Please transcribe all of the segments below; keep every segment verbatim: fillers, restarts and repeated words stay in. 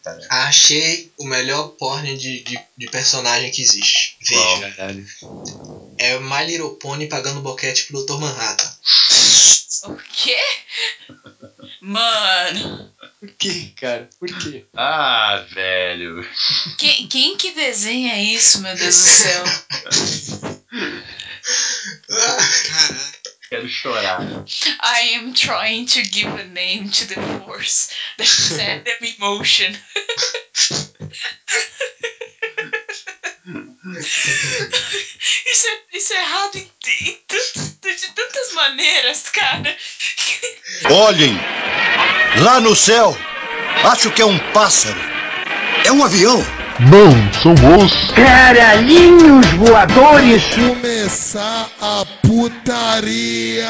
Achei o melhor porn de, de, de personagem que existe. Veja. Oh, é o My Little Pony pagando boquete pro doutor Manhattan. O quê? Mano. Por que, cara? Por quê? Ah, velho. Quem, quem que desenha isso, meu Deus do céu? Caraca. Quero chorar. I am trying to give a name to the force that set them in motion. Isso é, isso é errado em, em tantos, de tantas maneiras, cara. Olhem! Lá no céu! Acho que é um pássaro. É um avião. Não, são os caralhinhos voadores. Começar a putaria.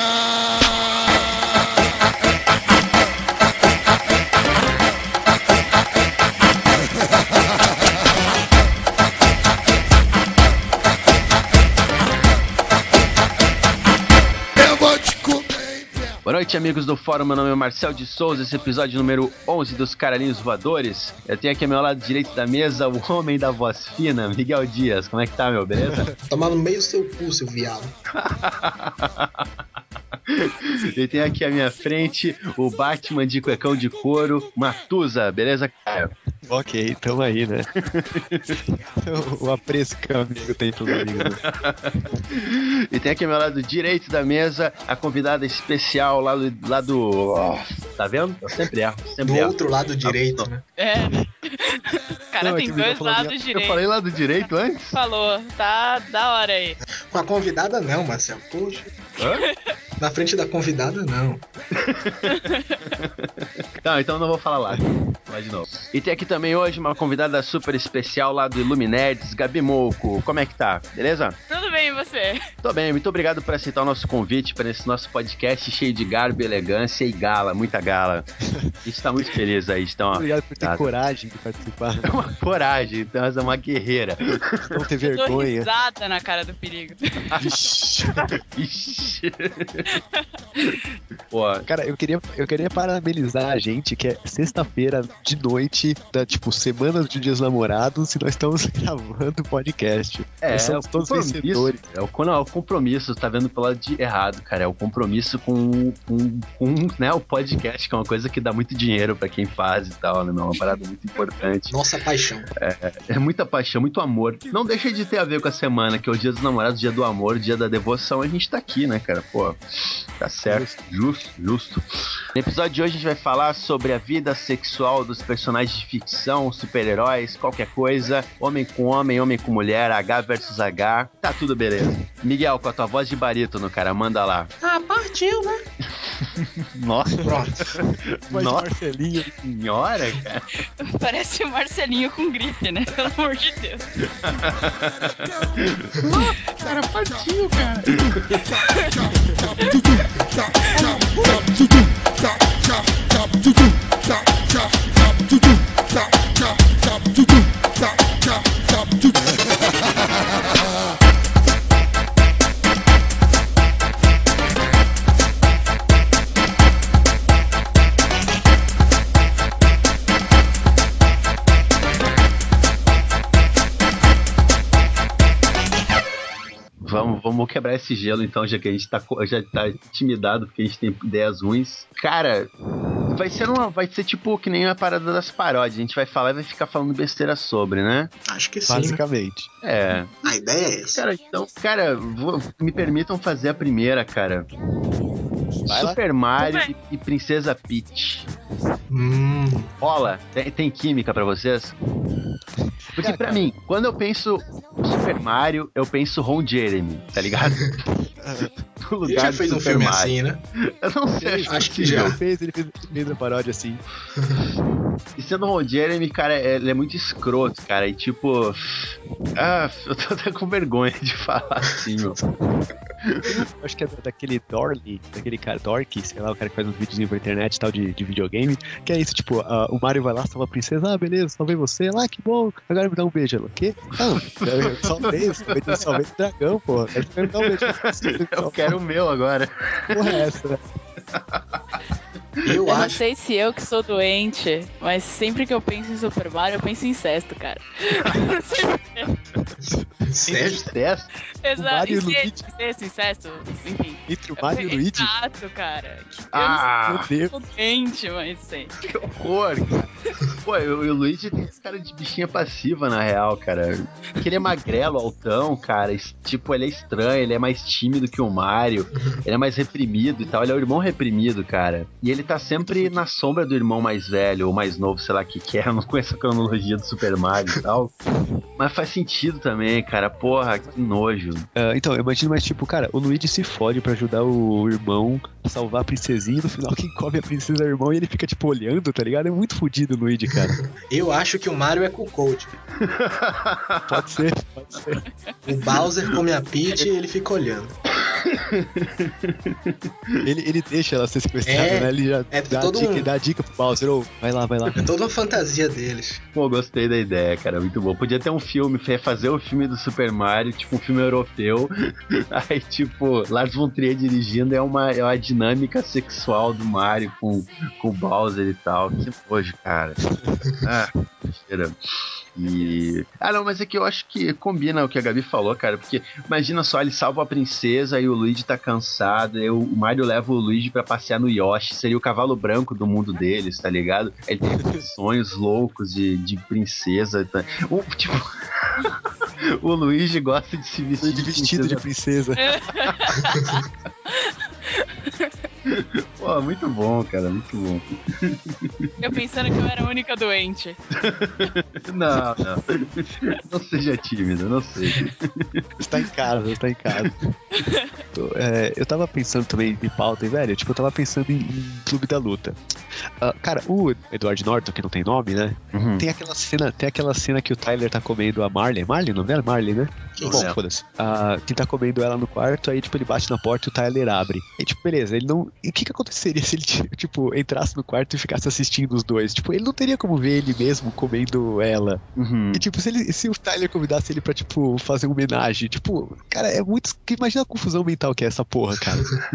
Boa noite, amigos do Fórum. Meu nome é Marcel de Souza. Esse episódio número onze dos Caralhinhos Voadores. Eu tenho aqui ao meu lado direito da mesa o homem da voz fina, Miguel Dias. Como é que tá, meu? Beleza? Tomar no meio do seu cu, seu viado. E tem aqui à minha frente o Batman de cuecão de couro, Matusa. Beleza, cara? Ok, tamo aí, né? O apreço que o amigo tem pros amigos. Né? E tem aqui ao meu lado direito da mesa a convidada especial lá do... Lá do oh, tá vendo? Eu sempre erro. Sempre do erro. outro lado direito, né? É, né? O cara Não, tem dois lados direitos. Eu falei lado direito antes? Falou, tá da hora aí. Com a convidada não, Marcel. Poxa. Hã? Na frente da convidada não. Não, então não vou falar lá. Vai de novo. E tem aqui também hoje uma convidada super especial lá do Iluminerds, Gabi Moco. Como é que tá? Beleza? Tudo bem, e você? Tô bem, muito obrigado por aceitar o nosso convite para esse nosso podcast cheio de garbo, elegância e gala, muita gala. A gente tá muito feliz aí, então. Obrigado por ter obrigado. coragem de participar. É uma coragem, então é uma guerreira. Não ter vergonha. Eu dou risada na cara do perigo. Ixi. Ixi. Pô. Cara, eu queria, eu queria parabenizar a gente que é sexta-feira de noite, da tipo, semanas de dias namorados, e nós estamos gravando podcast. É, nós somos é todos vencedores. É o, não, é o compromisso, tá vendo pelo lado de errado, cara. É o compromisso com, com, com né, o podcast, que é uma coisa que dá muito dinheiro pra quem faz e tal, né? É uma parada muito importante. Nossa paixão. É, é muita paixão, muito amor. Não deixa de ter a ver com a semana, que é o dia dos namorados, dia do amor, dia da devoção. A gente tá aqui, né, cara? Pô, tá certo. Justo, justo. No episódio de hoje a gente vai falar sobre a vida sexual dos personagens de ficção, super-heróis, qualquer coisa, homem com homem, homem com mulher, H versus H, tá tudo beleza. Miguel, com a tua voz de barítono, cara, manda lá. Ah, partiu, né? Nossa. Pronto. Voz de Marcelinho. Senhora, cara. Parece o Marcelinho com gripe, né? Pelo amor de Deus. Nossa, cara, partiu, cara. Vamos, vamos quebrar esse gelo então, já que a gente tá, já tá intimidado, porque a gente tem ideias ruins. Cara, vai ser, uma, vai ser tipo que nem a parada das paródias. A gente vai falar e vai ficar falando besteira sobre, né? Acho que sim. Basicamente. Né? É. A ideia é essa. Cara, então, cara, vou, me permitam fazer a primeira, cara. Vai Super lá. Mario e, e Princesa Peach. Hum. Rola? Tem, tem química pra vocês? Porque pra mim, quando eu penso Super Mario, eu penso Ron Jeremy, tá ligado? No lugar ele já fez um filme Mario. Assim, né? Eu não sei, acho, acho que já. Ele fez, ele fez, fez uma paródia assim. E sendo Ron Jeremy, cara, ele é muito escroto, cara. E tipo... Ah, eu tô até com vergonha de falar assim, meu. Acho que é daquele Dorley, daquele cara, Dorky, sei lá, o cara que faz uns videozinhos pra internet e tal de, de videogame, que é isso, tipo, uh, o Mario vai lá, salva a princesa, ah, beleza, salvei você, lá, que bom, agora me dá um beijo, ela, o quê? Não, eu salvei, eu salvei, eu salvei o dragão, pô, agora você vai me dar um beijo. Eu quero o meu agora. Porra é essa, né? Eu, Eu acho. não sei se eu que sou doente, mas sempre que eu penso em Super Mario, eu penso em incesto, cara. Não sei porquê. Sério? Incesto? Exato. Mario e o Incesto, incesto, incesto, enfim. Entre o Mario e o Luigi? Exato, cara. Ah, Eu não sei, sou doente, mas sei. que horror, cara. Pô, e o Luigi tem esse cara de bichinha passiva, na real, cara. Porque ele é magrelo, altão, cara. Tipo, ele é estranho, ele é mais tímido que o Mario. Ele é mais reprimido e tal. Ele é o irmão reprimido, cara. E ele tá sempre na sombra do irmão mais velho ou mais novo, sei lá o que que é. Eu não conheço a cronologia do Super Mario e tal. Mas faz sentido também, cara. Porra, que nojo. Uh, então, eu imagino mais tipo, cara, o Luigi se fode pra ajudar o irmão a salvar a princesinha e no final quem come a princesa é o irmão e ele fica tipo olhando, tá ligado? É muito fodido o Luigi, cara. Eu acho que o Mario é Cuckold. Pode ser, pode ser. O Bowser come a Peach e ele fica olhando. Ele, ele deixa ela ser sequestrada, É, né? Ele já é dá, todo a dica, um- dá a dica pro Bowser, ô, vai lá, vai lá. É toda uma fantasia deles. Pô, gostei da ideia, cara. Muito bom. Podia ter um filme, fazer o filme do Super Mario, tipo um filme europeu. Aí, tipo, Lars von Trier dirigindo é uma, é uma dinâmica sexual do Mario com, com o Bowser e tal. Que nojo, cara. Ah, cheira. E... Ah, não, mas é que eu acho que combina o que a Gabi falou, cara, porque imagina só, ele salva a princesa e o Luigi tá cansado, e o Mario leva o Luigi pra passear no Yoshi, seria o cavalo branco do mundo deles, tá ligado? Ele tem sonhos loucos de, de princesa, tá? O, tipo... o Luigi gosta de se vestir De vestido de princesa. Pô, muito bom, cara, muito bom. Eu pensando que eu era a única doente. Não, não. Não seja tímido, não seja. Está em casa, está em casa. Tô, é, eu tava pensando também de pauta, e, velho, tipo, eu tava pensando em, em Clube da Luta. Uh, cara, o Edward Norton, que não tem nome, né? Uhum. Tem aquela cena, tem aquela cena que o Tyler tá comendo a Marley. Marley, o nome dela? Marley, né? Quem Bom, é? foda-se. Uh, que tá comendo ela no quarto, aí, tipo, ele bate na porta e o Tyler abre. E, tipo, beleza, ele não... E o que que aconteceria se ele, tipo, entrasse no quarto e ficasse assistindo os dois? Tipo, ele não teria como ver ele mesmo comendo ela. Uhum. E, tipo, se, ele, se o Tyler convidasse ele pra, tipo, fazer uma homenagem, tipo, cara, é muito... Imagina a confusão mental que é essa porra, cara.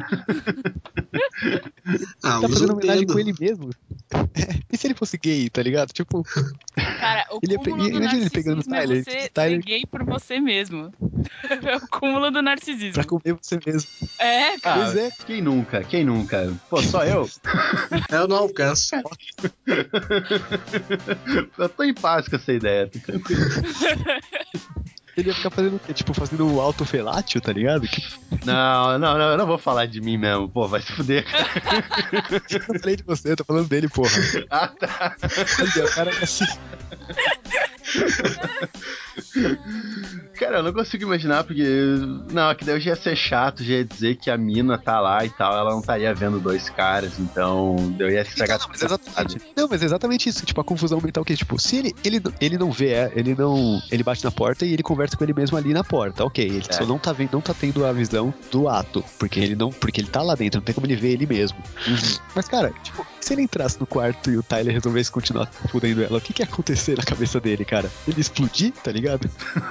Ah, Tá usa fazendo o homenagem dedo. com ele mesmo. É, e se ele fosse gay, tá ligado? Tipo, Cara, o ele ia cúmulo pe- do imagina ele pegando o narcisismo é Tyler, você Tyler ser gay por você mesmo. É o cúmulo do pra narcisismo. comer você mesmo. É, cara. Pois é. Quem nunca? Quem nunca? Pô, só eu? Eu não alcanço. Eu tô em paz com essa ideia, tô tranquilo. Ele ia ficar fazendo o quê? Tipo, fazendo o autofelátil, tá ligado? Que... Não, não, não, eu não vou falar de mim mesmo, pô, vai se fuder, cara. Eu não falei de você, eu tô falando dele, porra. Ah, tá. Olha, o cara é assim. Cara, eu não consigo imaginar, porque. Não, que daí eu já ia ser chato, já ia dizer que a mina tá lá e tal, ela não estaria vendo dois caras, então eu ia estragar. Então, não, mas exatamente, não, mas exatamente isso, tipo, a confusão mental que, tipo, se ele, ele, ele não vê, ele não, ele bate na porta e ele conversa com ele mesmo ali na porta, ok, ele É. só não tá vendo, não tá tendo a visão do ato, porque ele não, porque ele tá lá dentro, não tem como ele ver ele mesmo. Uhum. Mas, cara, tipo, se ele entrasse no quarto e o Tyler resolvesse continuar fudendo ela, o que que ia acontecer na cabeça dele, cara? Ele ia explodir, tá ligado?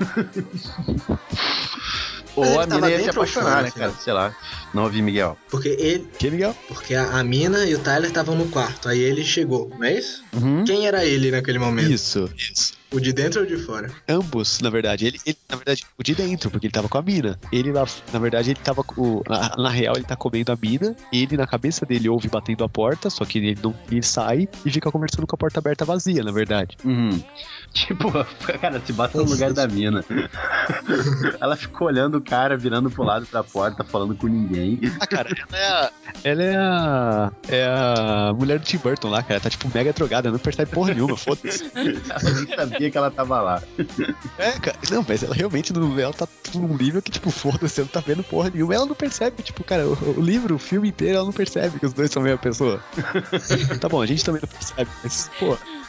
Ou ele a mina tava ia se dentro ou apaixonar, fora, né, afinal? cara? Sei lá. Não ouvi, Miguel. Porque ele. Que, Miguel? Porque a, a mina e o Tyler estavam no quarto. Aí ele chegou, não é isso? Uhum. Quem era ele naquele momento? Isso, isso. O de dentro ou de fora? Ambos, na verdade. Ele, ele, na verdade, o de dentro, porque ele tava com a mina. Ele lá, na verdade, ele tava com. o- Na, na real, ele tá comendo a mina. Ele, na cabeça dele, ouve batendo a porta, só que ele não ele sai e fica conversando com a porta aberta vazia, na verdade. Uhum. Tipo, cara, se bota no lugar da mina. Ela ficou olhando o cara, virando pro lado da porta, falando com ninguém. Ah, cara, ela é a. Ela é a. É a mulher do Tim Burton lá, cara. Tá tipo mega drogada, não percebe porra nenhuma, foda-se. Ela nem sabia que ela tava lá. É, cara. Não, mas ela realmente não. Ela tá num nível que, tipo, foda-se, ela não tá vendo porra nenhuma. Ela não percebe, tipo, cara, o, o livro, o filme inteiro, ela não percebe que os dois são a mesma pessoa. Tá bom, a gente também não percebe, mas, pô.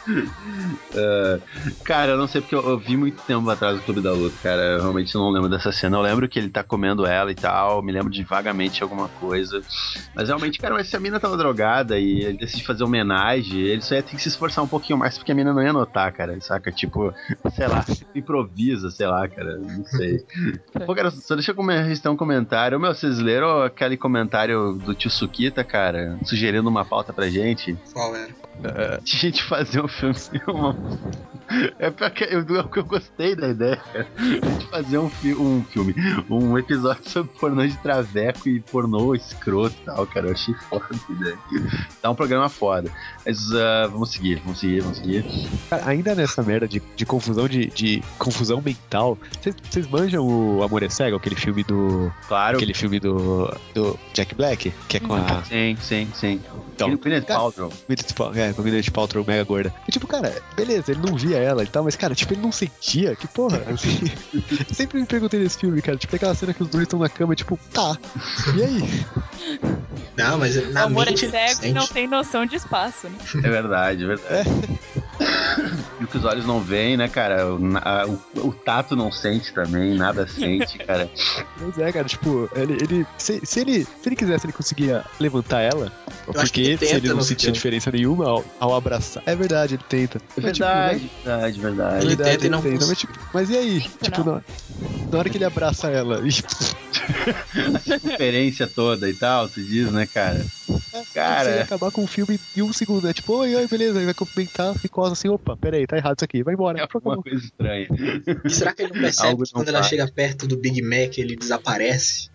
Uh, cara, eu não sei porque eu, eu vi muito tempo atrás do Clube da Luta, cara. Eu realmente não lembro dessa cena. Eu lembro que ele tá comendo ela e tal. Me lembro de vagamente alguma coisa. Mas realmente, cara, mas se a mina tava drogada e ele decide fazer homenagem, ele só ia ter que se esforçar um pouquinho mais porque a mina não ia notar, cara. Saca? Tipo, sei lá, improvisa, sei lá, cara. Não sei. Pô, cara, só deixa eu registrar um comentário. Meu, vocês leram aquele comentário do tio Sukita, cara, sugerindo uma pauta pra gente? Qual era? Uh, de gente fazer um filme. Uma... É porque eu, eu, eu gostei da ideia, cara. De fazer um, fi- um filme, um episódio sobre pornô de traveco e pornô escroto e tal, cara. Eu achei foda a ideia. Tá um programa foda. Mas uh, vamos seguir, vamos seguir, vamos seguir. Cara, ainda nessa merda de, de confusão de, de confusão mental, vocês manjam o Amor é Cego, aquele filme do. Claro. Aquele filme do, do Jack Black, que é com a. Sim, sim, sim. Então, Gwyneth Paltrow. Gwyneth Paltrow, é, com a Gwyneth Paltrow mega gorda. E tipo, cara, beleza, ele não via ela e tal, mas cara, tipo, ele não sentia, que porra, assim. Sempre me perguntei nesse filme, cara, tipo, aquela cena que os dois estão na cama, tipo, tá, e aí? Não, mas O na amor é mente ele cego e não sente. tem noção de espaço, né? É verdade, é verdade. É. E o que os olhos não veem, né, cara? O, a, o, o tato não sente também, nada sente, cara. Pois é, cara, tipo, ele. ele se, se ele se ele quisesse, ele conseguia levantar ela, Eu acho que ele porque se tenta ele não no sentia filme. diferença nenhuma ao, ao abraçar. É verdade, ele tenta. É Mas, tipo, verdade, né? verdade, verdade. Ele Verdade, tenta e não tenta, consegue. mas, tipo, mas e aí? Tenta, Tipo, não. na, na hora que ele abraça ela. E, A circunferência toda e tal, tu diz, né, cara? cara, você ia Cara, acabar com o filme em um segundo, né? Tipo, oi, oi, beleza, aí vai cumprimentar, ficou assim, opa, peraí, tá errado isso aqui, vai embora. é alguma coisa estranha. E será que ele não percebe Algo que não quando ela vai. chega perto do Big Mac ele desaparece?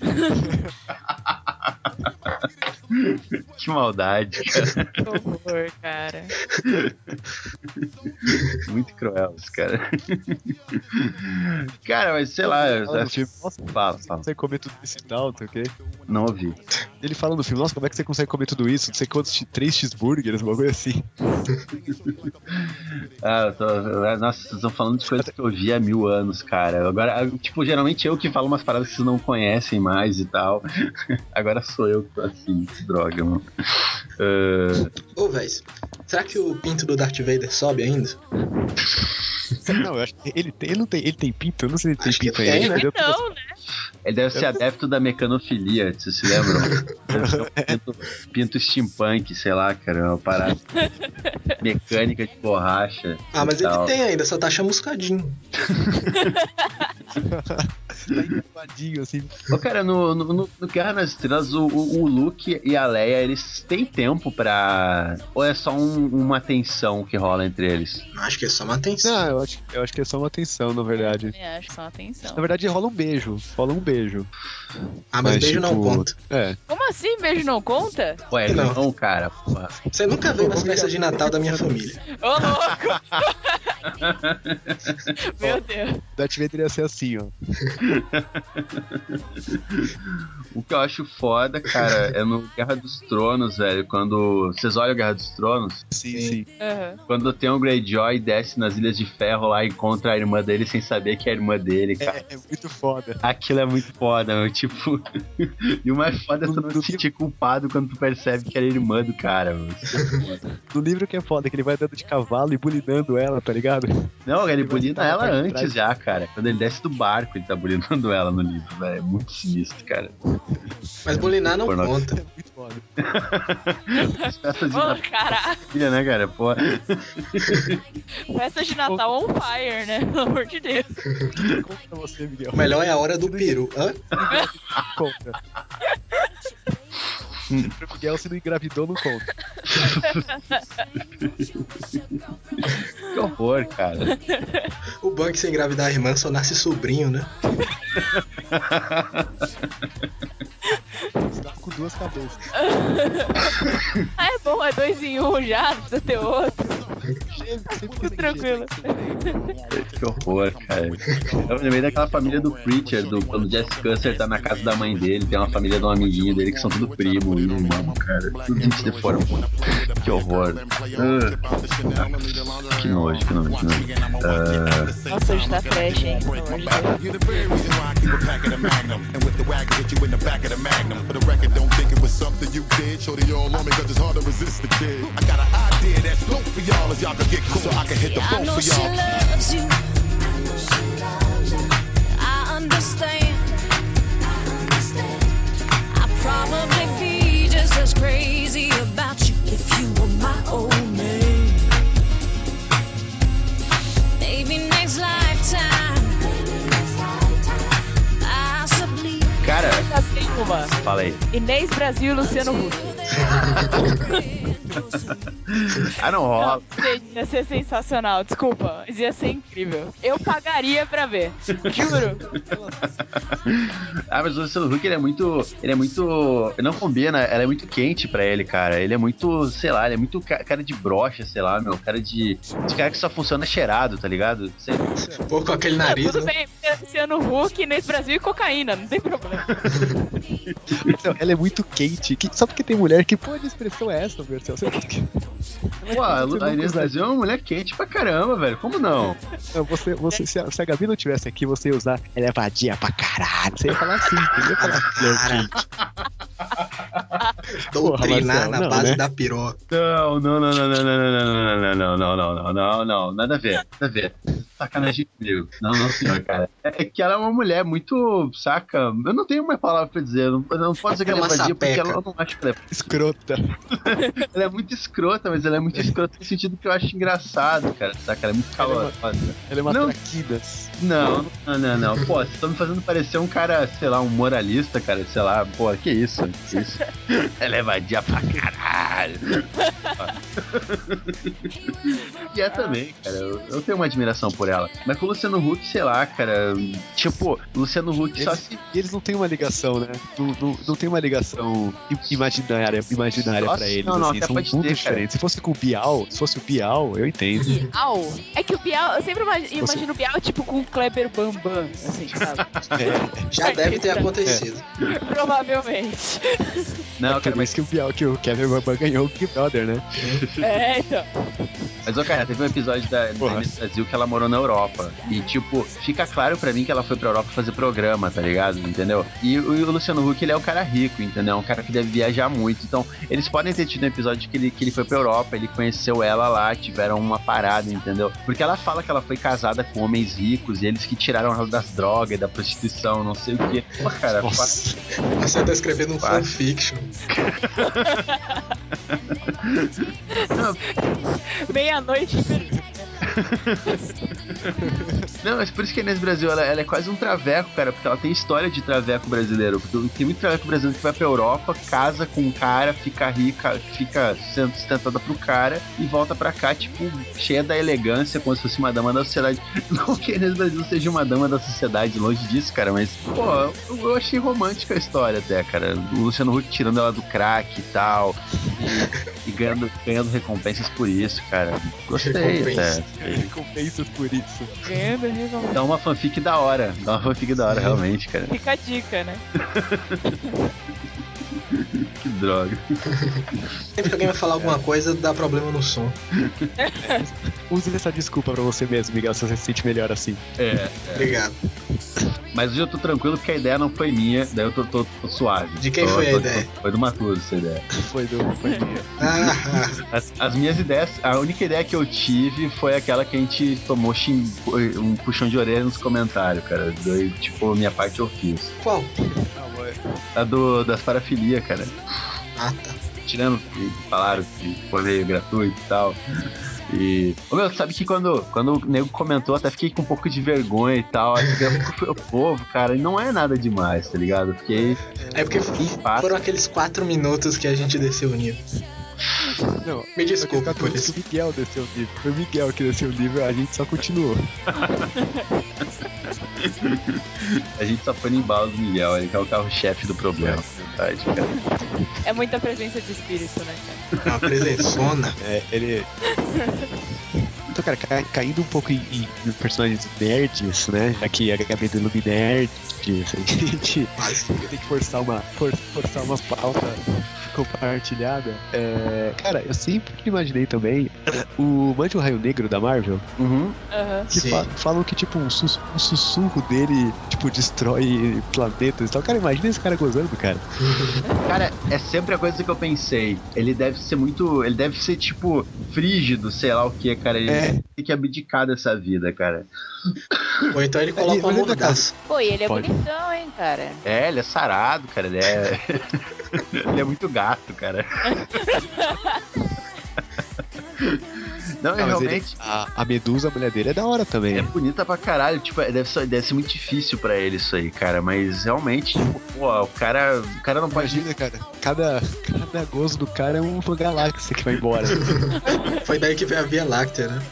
Que maldade, cara. Que horror, cara. Muito cruel isso, cara. Cara, mas sei lá. Eu, Fala no filme, nossa, fala, fala. você comer tudo isso e tal, tá ok? Não ouvi. Ele fala no filme, nossa, como é que você consegue comer tudo isso? Não sei quantos, três cheeseburgers, uma coisa assim. Ah, eu tô, eu- nossa, vocês estão falando de coisas que eu vi há mil anos, cara. Agora, tipo, geralmente eu que falo umas paradas que vocês não conhecem mais e tal. Agora sou eu que tô assim, que droga, mano. Uh, Ô, véi, será que o pinto do Darth Vader sobe ainda? Não, eu acho que ele tem, ele não tem, ele tem pinto, eu não sei se ele tem Acho que pinto tem, ainda. né? Ele deu todas- Não, né? ele deve ser adepto da mecanofilia, vocês se lembram? Deve ser um pinto, pinto steampunk, sei lá, cara. Uma parada mecânica de borracha. Ah, mas e tal. ele tem ainda, só tá chamuscadinho. Tá engravatadinho, assim. Ô, cara, no, no, no- no Guerra nas Estrelas, o, o, o Luke e a Leia, eles têm tempo pra... Ou é só um- uma tensão que rola entre eles? Acho que é só uma atenção. Não, eu acho, eu acho que é só uma atenção, na verdade. Também acho, só atenção. Na verdade, rola um beijo. Rola um beijo. Ah, mas, beijo não tipo, conta. É. Como assim, beijo não conta? Ué, Não. não, cara. Porra. Você nunca veio nas festas de Natal da minha família. Ô, louco! Meu Deus. Darth Vader ia ser assim, ó. O que eu acho foda, cara, é no Guerra dos Tronos, velho. Quando... Vocês olham Guerra dos Tronos? Sim, Sim. sim. Aham. Quando tem um Greyjoy desce nas Ilhas de Ferro lá e encontra a irmã dele sem saber que é a irmã dele, cara. É, é muito foda. Aquilo é muito foda, meu. Tipo. E o mais foda é tu não Do- se sentir culpado quando tu percebe que era irmã do cara, meu. Isso é foda. No livro que é foda, que ele vai andando de cavalo e bulinando ela, tá ligado? Não, ele Ele vai bulina sentar na ela parte de antes trás. já, cara. Quando ele desce do barco, ele tá bulinando ela no livro, velho. É muito sinistro, cara. Mas bulinar não Pornô. conta. É muito foda. As festas de Ô, Natal, caralho. né, cara? Pô. Festa de Natal on fire, né? Pelo amor de Deus. Conta pra você, Miguel. O melhor é a hora do peru. Hã? Conta. Pro Miguel, se não engravidou, não conta. Que horror, cara. O bom é que se engravidar a irmã só nasce sobrinho, né? Você tá com duas cabeças. Ah, é bom, é dois em um já, não precisa ter outro. Gêmeo, sempre Fica quis tranquilo. Que horror, cara. Eu lembrei daquela família do Preacher, do, quando o Jesse Custer tá na casa da mãe dele, tem uma família de um amiguinho dele que são tudo primo e irmão, cara. Tudo gente deformado. Que horror. Uh, que nojo, que nojo, que nojo. Uh, Nossa, hoje tá trash, hein? Pelo amor de Deus. You're the very reason why I keep a pack of the Magnum. And with the wagon, hit you in the back of the Magnum. For the record, don't think it was something you did. Shorty all on me, cause it's hard to resist the kid. I got an idea that's dope for y'all as y'all Get cool so I can hit the I phone know for she y'all. loves you. I understand. I'd probably be just as crazy about you if you were my old man. Maybe next lifetime, possibly. Cara, Já tem uma. fala aí. Inês Brasil e Luciano Huck. Ah, não rola. Não, ia ser sensacional, desculpa, mas ia ser incrível. Eu pagaria pra ver, juro. Ah, mas o Luciano Huck, ele é muito. Ele é muito. Não combina, ela é muito quente pra ele, cara. Ele é muito, sei lá, ele é muito ca- cara de brocha, sei lá, meu. Cara de. De cara que só funciona cheirado, tá ligado? Sei. Um pouco com aquele nariz, Tudo né? bem, Luciano Huck, Inês Brasil e cocaína, não tem problema. Então, ela é muito quente. Que, só porque tem mulher, que porra de expressão é essa, Marcelo? Você, Pô, a, a Inês Brasil é uma mulher quente pra caramba, velho. Como não? você, você, se, a, se a Gabi não tivesse aqui, você ia usar ela é vadia pra caralho. Você ia falar assim, você ia falar mulher quente. Doutrinar Marcelo, na não, base né? da piroca. Não, não, não, não, não, não, não, não, não, não, não, não, não, não, não, nada a ver, nada a ver. Sacanagem comigo. Não, não, senhor, cara. É que ela é uma mulher muito, saca? Eu não tenho uma palavra pra dizer. Eu não, eu não posso dizer que É ela é uma vadia, porque sapeca. ela, eu não acho que ela é. Escrota. Ela é muito escrota, mas ela é muito escrota no sentido que eu acho engraçado, cara. Saca? Ela é muito calorosa. Ela é uma Não. traquinas. Não, não, não, não. Pô, vocês estão me fazendo parecer um cara, sei lá, um moralista, cara, sei lá. Pô, que isso? Que isso? Ela é vadia pra caralho. E é também, cara. Eu, eu tenho uma admiração por ela. Mas com o Luciano Huck, sei lá, cara. Tipo, o Luciano Huck só Eles, se. eles não têm uma ligação, né? Não, não, não tem uma ligação imaginária, imaginária Nossa, pra eles, não, não, assim. até São pode mundos ter, cara. diferentes. Se fosse com o Bial, se fosse o Bial, eu entendo. Bial? É que o Bial, eu sempre imagino, imagino o Bial tipo com o Kleber Bambam, assim, sabe? É, Já deve ter acontecido. Provavelmente. Não, é cara, por mas, isso que o Bial, que o Kevin Bambam ganhou o Big Brother, né? É, então. mas, ó, cara, teve um episódio da, da Porra. Inês Brasil que ela morou na Europa. E, tipo, fica claro pra mim que ela foi pra Europa fazer programa, tá ligado? Entendeu? E o, o Luciano Huck, ele é um cara rico, entendeu? É um cara que deve viajar muito. Então, eles podem ter tido um episódio que ele, que ele foi pra Europa, ele conheceu ela lá, tiveram uma parada, entendeu? Porque ela fala que ela foi casada com homens ricos e eles que tiraram ela das drogas, da prostituição, não sei o quê. Pô, cara, Nossa. Você tá escrevendo um Quase. fanfiction. Não, Meia-noite. não, mas por isso que a Inês Brasil, ela, ela é quase um traveco, cara, porque ela tem história de traveco brasileiro. Porque tem muito traveco brasileiro que vai pra Europa, casa com um cara, fica rica, fica sendo sustentada pro cara e volta pra cá, tipo, cheia da elegância, como se fosse uma dama da sociedade. Não que a Inês Brasil seja uma dama da sociedade, longe disso, cara, mas, pô, eu, eu achei romântica a história até, cara. O Luciano Huck tirando ela do crack e tal, e, e ganhando, ganhando recompensas por isso, cara. Gostei, Recompensa. até. Recompensas por isso. Ganhando recompensa. Dá uma fanfic da hora. Dá uma fanfic da hora, realmente, cara. Fica a dica, né? Que droga. Sempre que alguém vai falar alguma coisa, dá problema no som. Use essa desculpa pra você mesmo, Miguel, se você se sente melhor assim. É, Obrigado. mas hoje eu tô tranquilo porque a ideia não foi minha, daí eu tô, tô, tô suave. De quem Tô- foi a tô- ideia? Foi do Matuso essa ideia. Foi do. Foi minha. Ah, As, as minhas ideias, a única ideia que eu tive foi aquela que a gente tomou xing, um puxão de orelha nos comentários, cara. Daí, tipo, minha parte eu fiz. qual? Não, é- A do, das parafilia, cara. Ah, tá. Tirando que falaram que foi meio gratuito e tal. E. Ô, meu, sabe que quando, quando o nego comentou, até fiquei com um pouco de vergonha e tal. Acho que foi o povo, cara, e não é nada demais, tá ligado? Fiquei. É porque Espaço. foram aqueles quatro minutos que a gente desceu o nível. Não, Me desculpa foi por que isso. o Miguel desceu o nível. Foi o Miguel que desceu o nível, a gente só continuou. A gente só foi no embalo do Miguel, ele que é o carro-chefe do problema, na verdade, cara. É muita presença de espírito, né, cara? É uma presençona. É, ele. Então, cara, ca- caindo um pouco em, em personagens nerds, né? Já que a Gabi é do Illuminerd, rapidinho isso aí. A gente tem que forçar uma, for, forçar uma pauta compartilhada. É, cara, eu sempre imaginei também o Mande o Raio Negro da Marvel. Uhum. Uhum. Que fa- falam que, tipo, um, sus- um sussurro dele, tipo, destrói planetas e tal. Cara, imagina esse cara gozando, cara. Cara, é sempre a coisa que eu pensei. Ele deve ser muito. Ele deve ser, tipo, frígido, sei lá o que, cara. Ele É. tem que abdicar dessa vida, cara. Ou então ele coloca uma Mas ele tá mordaça. Pô, e ele é Pode. bonitão, hein, cara. É, ele é sarado, cara. Ele é. Ele é muito gato, cara. Não, Ah, mas realmente. ele- a, a Medusa, a mulher dele, é da hora também. É bonita pra caralho, tipo, deve ser, deve ser muito difícil pra ele isso aí, cara, mas realmente, tipo, pô, o cara, o cara não pode... Imagina, cara, cada, cada gozo do cara é uma galáxia que vai embora. Foi daí que veio a Via Láctea, né?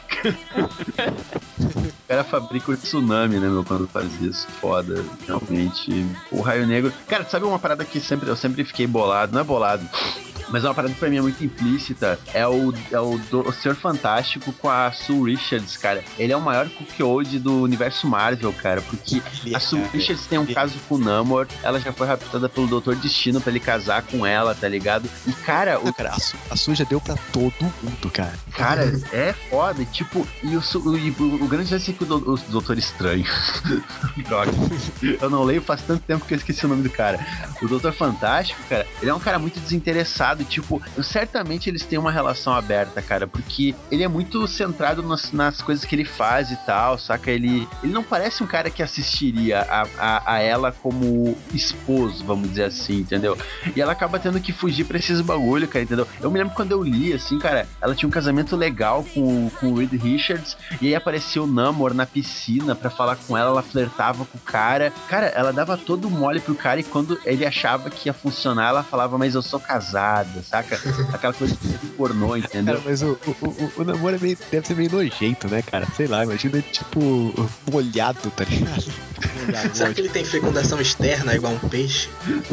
O cara fabrica o tsunami, né, meu, quando faz isso, foda, realmente. O Raio Negro... Cara, sabe uma parada que sempre, eu sempre fiquei bolado, não é bolado, mas é uma parada que pra mim é muito implícita, é o, é o, do, o Senhor Fantástico com a Sue Richards, cara. Ele é o maior cookie do universo Marvel, cara, porque a Sue Richards tem um caso com o Namor, ela já foi raptada pelo Doutor Destino pra ele casar com ela, tá ligado? E, cara, o... Não, cara, a, su, a Sue já deu pra todo mundo, cara. Cara, é foda, tipo, e o, o, e o, o grande lance é que o, do, o Doutor Estranho, droga, eu não leio faz tanto tempo que eu esqueci o nome do cara. O Doutor Fantástico, cara, ele é um cara muito desinteressado, tipo, certamente eles têm uma relação aberta, cara, porque ele é muito centrado nas, nas coisas que ele faz e tal, saca? Ele, ele não parece um cara que assistiria a, a, a ela como esposo, vamos dizer assim, entendeu? E ela acaba tendo que fugir pra esses bagulho, cara, entendeu? Eu me lembro quando eu li, assim, cara, ela tinha um casamento legal com, com o Reed Richards, e aí apareceu o Namor na piscina pra falar com ela, ela flertava com o cara. Cara, ela dava todo mole pro cara, e quando ele achava que ia funcionar, ela falava, mas eu sou casada, saca? Aquela coisa de pornô, entendeu? Cara, mas o, o, o, o namoro é meio, deve ser meio nojento, né, cara? Sei lá, imagina ele, tipo, molhado, tá ligado? Molhado, Será que ele tem fecundação externa igual um peixe?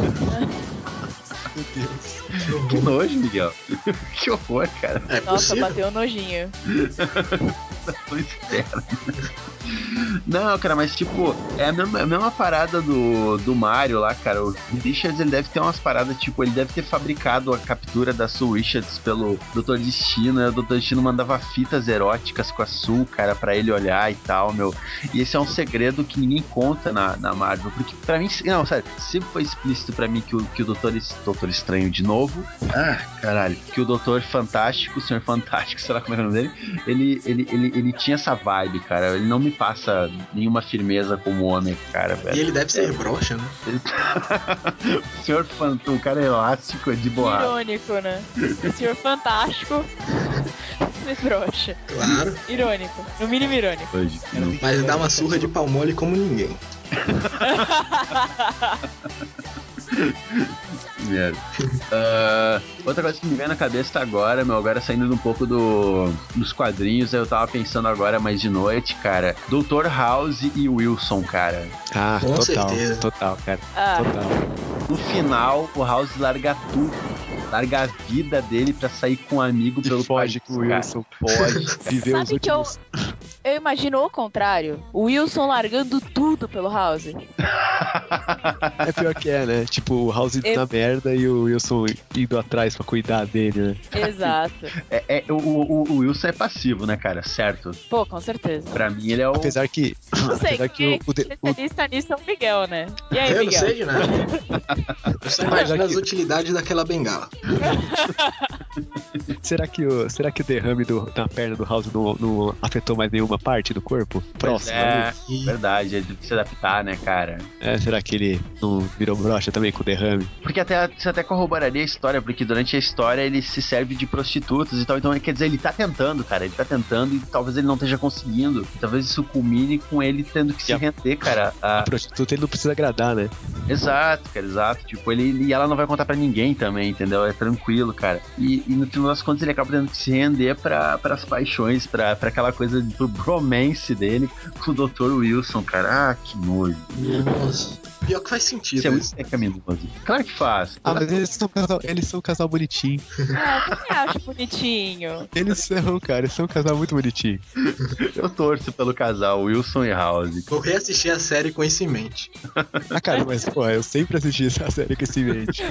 Meu Deus. Que nojo, Miguel. Que horror, cara. É Nossa, possível. bateu um nojinho. Não, cara, mas tipo, é a mesma, a mesma parada do, do Mario lá, cara. O Richards, ele deve ter umas paradas, tipo, ele deve ter fabricado a captura da Sue Richards pelo doutor Destino, e o doutor Destino mandava fitas eróticas com a Sue, cara, pra ele olhar e tal, meu. E esse é um segredo que ninguém conta na, na Marvel, porque pra mim, não, sério, sempre foi explícito pra mim que o, que o doutor, doutor Estranho de novo, ah, caralho, que o Doutor Fantástico, o Senhor Fantástico, sei lá como é o nome dele, ele, ele, ele, ele tinha essa vibe, cara. Ele não me passa nenhuma firmeza como homem, cara, velho. E ele deve ser broxa, né? Ele... O Senhor Fantástico, o cara é elástico, é de boa. Irônico, né? O Senhor Fantástico me broxa. Claro. Irônico. No mínimo irônico. Hoje, não. Mas ele dá uma surra de pau mole como ninguém. Yeah. Uh, outra coisa que me vem na cabeça tá agora, meu, agora saindo um pouco do, dos quadrinhos, eu tava pensando agora mais de noite, cara, doutor House e Wilson, cara. Ah, Com total, certeza. total, cara. Ah. Total. No final, o House larga tudo, larga a vida dele pra sair com um amigo pelo Foge país, com o Wilson. Foge. Viveu os Sabe que eu, últimos... eu imagino o contrário. O Wilson largando tudo pelo House. É pior que é, né? Tipo, o House Eu- na merda e o Wilson indo atrás pra cuidar dele, né? Exato. É, é, o, o, o Wilson é passivo, né, cara? Certo? Pô, com certeza. Pra mim, ele é o... Apesar que... Não sei, apesar que quem o, o, de- é o, especialista nisso é o Miguel, né? E aí, Eu não Miguel? sei de nada. Eu só imagino as utilidades daquela bengala. será, que o, será que o derrame do, na perna do House não, não afetou mais nenhuma parte do corpo? Pois Próxima? é, ali. verdade, ele teve que se adaptar, né, cara? É, será que ele não virou broxa também com o derrame? Porque até, você até corroboraria a história, porque durante a história ele se serve de prostitutas e tal, então quer dizer, ele tá tentando, cara, ele tá tentando e talvez ele não esteja conseguindo, talvez isso culmine com ele tendo que se E a- render, cara. A... A prostituta ele não precisa agradar, né? Exato, cara, exato, tipo, ele, e ela não vai contar pra ninguém também, entendeu? É tranquilo, cara. E e, e no final das contas ele acaba tendo que se render pra, pras paixões, pra, pra aquela coisa do bromance dele com o doutor Wilson, cara. Ah, que nojo. Nossa. Pior que faz sentido. Isso é muito pecaminoso. Claro que faz. Ah, mas eles são um casal, eles são um casal bonitinho. É, eu também acho bonitinho. Eles são, cara, eles são um casal muito bonitinho. Eu torço pelo casal Wilson e House. Vou reassistir a série com isso em mente. Ah, cara, mas, pô, eu sempre assisti essa série com esse mente.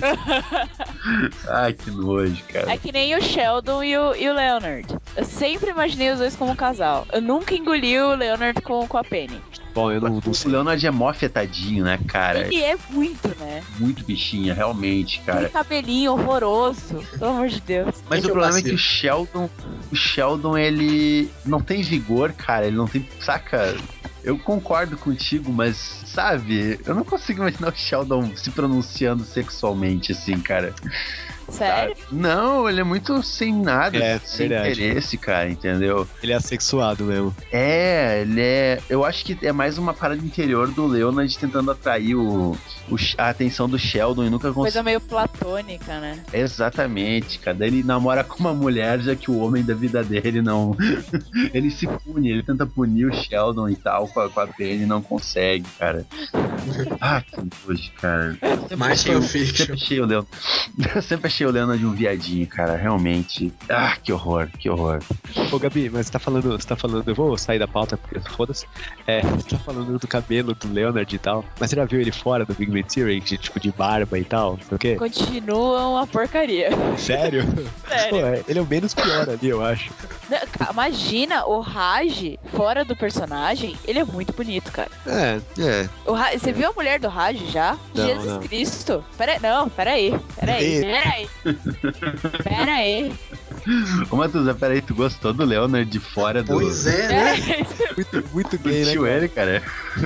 Ai, que nojo, cara. É que nem o Sheldon e o, e o Leonard. Eu sempre imaginei os dois como um casal. Eu nunca engoli o Leonard com, com a Penny. Bom, eu não, não O sei. Leonard é mó afetadinho, né, cara? Ele é muito, né? Muito bichinha, realmente, Aquele cara. cabelinho horroroso. Pelo amor de Deus. Mas Quem o que problema eu é que o Sheldon, o Sheldon, ele não tem vigor, cara. Ele não tem, saca? Eu concordo contigo, mas, sabe? Eu não consigo imaginar o Sheldon se pronunciando sexualmente, assim, cara. Sério? Sabe? Não, ele é muito sem nada, É, sem verdade. interesse, cara, entendeu? Ele é assexuado mesmo. É, ele é. Eu acho que é mais uma parada interior do Leonard tentando atrair o, o- a atenção do Sheldon e nunca Coisa conseguiu. meio platônica, né? Exatamente, cara. Daí ele namora com uma mulher, já que o homem da vida dele não. Ele se pune, ele tenta punir o Sheldon e tal com a, com a Penny e não consegue, cara. Ah, que nojo, cara. Eu sempre Mais achei o- fanfiction. sempre achei o Leonard. Eu sempre achei o Leonard um viadinho, cara. Realmente. Ah, que horror, que horror. Ô, Gabi, mas você tá falando, você tá falando, eu vou sair da pauta porque foda-se. É, você tá falando do cabelo do Leonard e tal, mas você já viu ele fora do Big Bang Theory, de, tipo, de barba e tal, não sei o quê? Continua uma porcaria. Sério? Sério. Pô, é, ele é o menos pior ali, eu acho. Não, ca- Imagina o Raj fora do personagem. Ele é muito bonito, cara. É, é. O Ra- Você viu a mulher do Raj já? Não, Jesus não. Cristo. Pera, não, pera aí. Pera aí. E- Pera aí. Pera aí. Ô, Matuza, peraí, tu gostou do Leonard de fora do. Pois é, Pera né? aí. Muito, muito gay, né, Curtiu cara? ele, cara?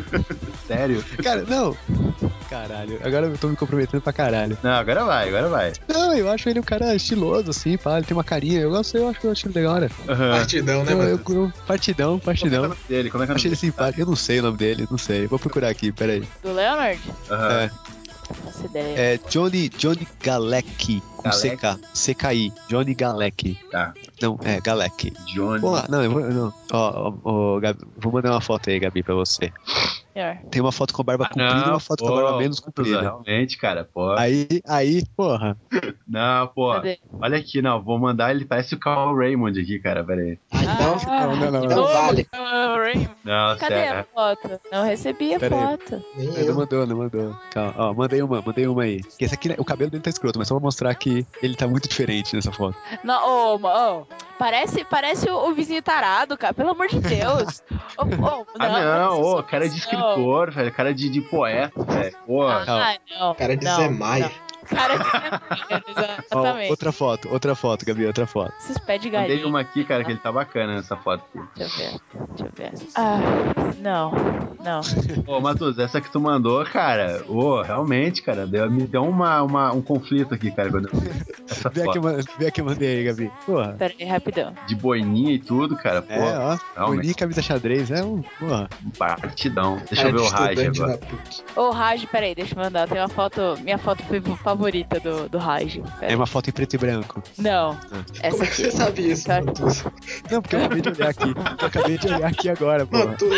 Sério? Cara, não. Caralho, agora eu tô me comprometendo pra caralho. Não, agora vai, agora vai. Não, eu acho ele um cara estiloso, assim, pá, ele tem uma carinha. Eu gosto, eu acho que eu acho ele legal, né? Aham. Partidão, né, Eu, eu, Matheus? eu- partidão, Como é que é o partidão. nome dele? Como é que é o Achei nome ele simpático. Eu não sei o nome dele, não sei. Vou procurar aqui, peraí. Do Leonard? Aham. É, Nossa ideia. é Johnny, Johnny Galecki, com Galecki? C K. C K I. Johnny Galecki. Tá. Não, é, Galecki. Johnny. Vou lá, não, eu vou, não. Ó, ó, ó, Gabi, vou mandar uma foto aí, Gabi, pra você. Melhor. Tem uma foto com a barba Ah, comprida e não, uma foto pô, com a barba menos Matuza, comprida. realmente, cara, pô. Aí, aí, porra. Não, pô. Cadê? Olha aqui, não, vou mandar, ele parece o Carl Raymond aqui, cara, peraí. Ah, então, não, não, não, então Ô, vale. ô, Raymond. Não, Cadê sério. a foto? Não recebi a Pera aí. foto. Nem Ele não eu. mandou, não mandou. Calma, ó, mandei uma, mandei uma aí. Que esse aqui, né, o cabelo dele tá escroto, mas só pra mostrar que ele tá muito diferente nessa foto. Não, ô, ma- ô, parece, parece o, o vizinho tarado, cara. Pelo amor de Deus. Ô, ô, Ah, não, isso ô, só- cara de não. escritor, velho, cara de, de poeta, velho. Pô, Ah, não. Cara de não, Zé Maia. não. Cara de Zé Maia, Ó, exatamente. outra foto, outra foto, Gabi, outra foto. Esses pés de mandei galinha. uma aqui, cara, que ele tá bacana nessa foto aqui. Deixa eu ver, deixa eu ver. Ah, não, não. Ô, Matheus, essa que tu mandou, cara, ô, realmente, cara, deu, me deu uma, uma, um conflito aqui, cara, quando eu vi essa Vê aqui, foto. ma- vê aqui, eu mandei aí, Gabi. Porra. Pera aí, rapidão. De boininha e tudo, cara, pô, É, ó, realmente, boninha e camisa xadrez, é um, porra. um partidão. Deixa Cara eu ver de o Raj estudante agora. da P U C. Ô, Raj, peraí, deixa eu mandar. Tem uma foto, minha foto favorita do, do Raj. É uma foto em preto e branco. Não, essa Como é que aqui. você sabe isso, Tá. Matheus? Não, porque eu acabei de olhar aqui. Eu acabei de olhar aqui agora, porra. Matheus.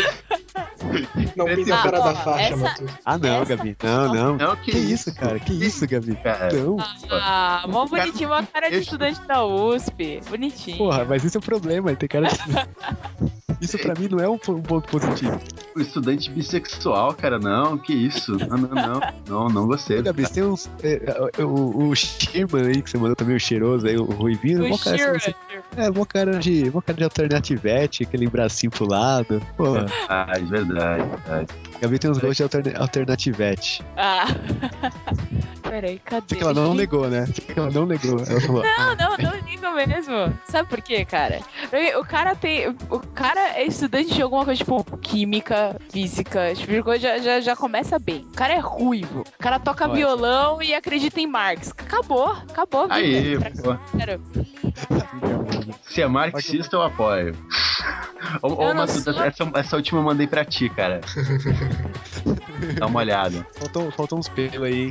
Não pinta Ah, fora ó, da faixa, essa- Matheus. Ah, não, Essa- Gabi. Não, não. Não, que Que isso, isso? cara? Que isso, Gabi? Cara, Não. Ah, mó Cara, bonitinho, uma cara de esse- estudante da U S P. Bonitinho. Porra, mas isso é o problema, ele tem cara de... Isso pra mim não é um, po- um ponto positivo. o estudante bissexual, cara, não, que isso? Não, não, não, não, não gostei. Ô, Gabi, você tem uns... é, é, o, o Sherman aí, que você mandou também, o cheiroso aí, o Ruivinho. O mó cara, Sheeran. assim, é, mó cara de, mó cara de alternativete, aquele bracinho pro lado. Porra, Ah, de verdade, verdade. Gabi tem uns gostos de alterna- alternativete. Ah. Peraí, cadê? Sei que ela não Gente, negou, né? Sei que ela não negou. Ela falou, Não, não, não ligo mesmo. Sabe por quê, cara? O cara tem. O cara é estudante de alguma coisa, tipo, química, física, esse tipo de coisa, já, já, já começa bem. O cara é ruivo. O cara toca Olha. violão e acredita em Marx. Acabou, acabou a vida. Aí, Pra- pô. Sério. Se é marxista, eu apoio. Ô, ô Matuza, sou... essa, essa última eu mandei pra ti, cara. Dá uma olhada. Faltam, faltam uns pelos aí.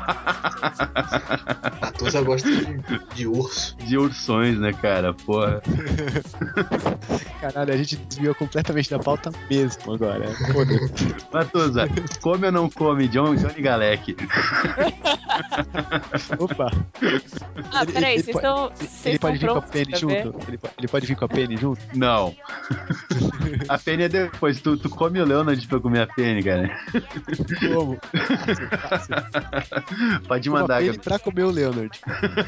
Matuza gosta de, de urso. De ursões, né, cara? Porra. Caralho, a gente desviou completamente da pauta mesmo agora. Foda-se. Matuza, come ou não come? John, Johnny Galec. Opa. Ah, ele, peraí, vocês estão. Ele pode vir com a Penny junto? Ele, ele pode vir com a Penny junto? Não. A Penny é depois. Tu, tu come o Leonard pra comer a Penny, cara. Como? Pode mandar, Penny pra comer o Leonard.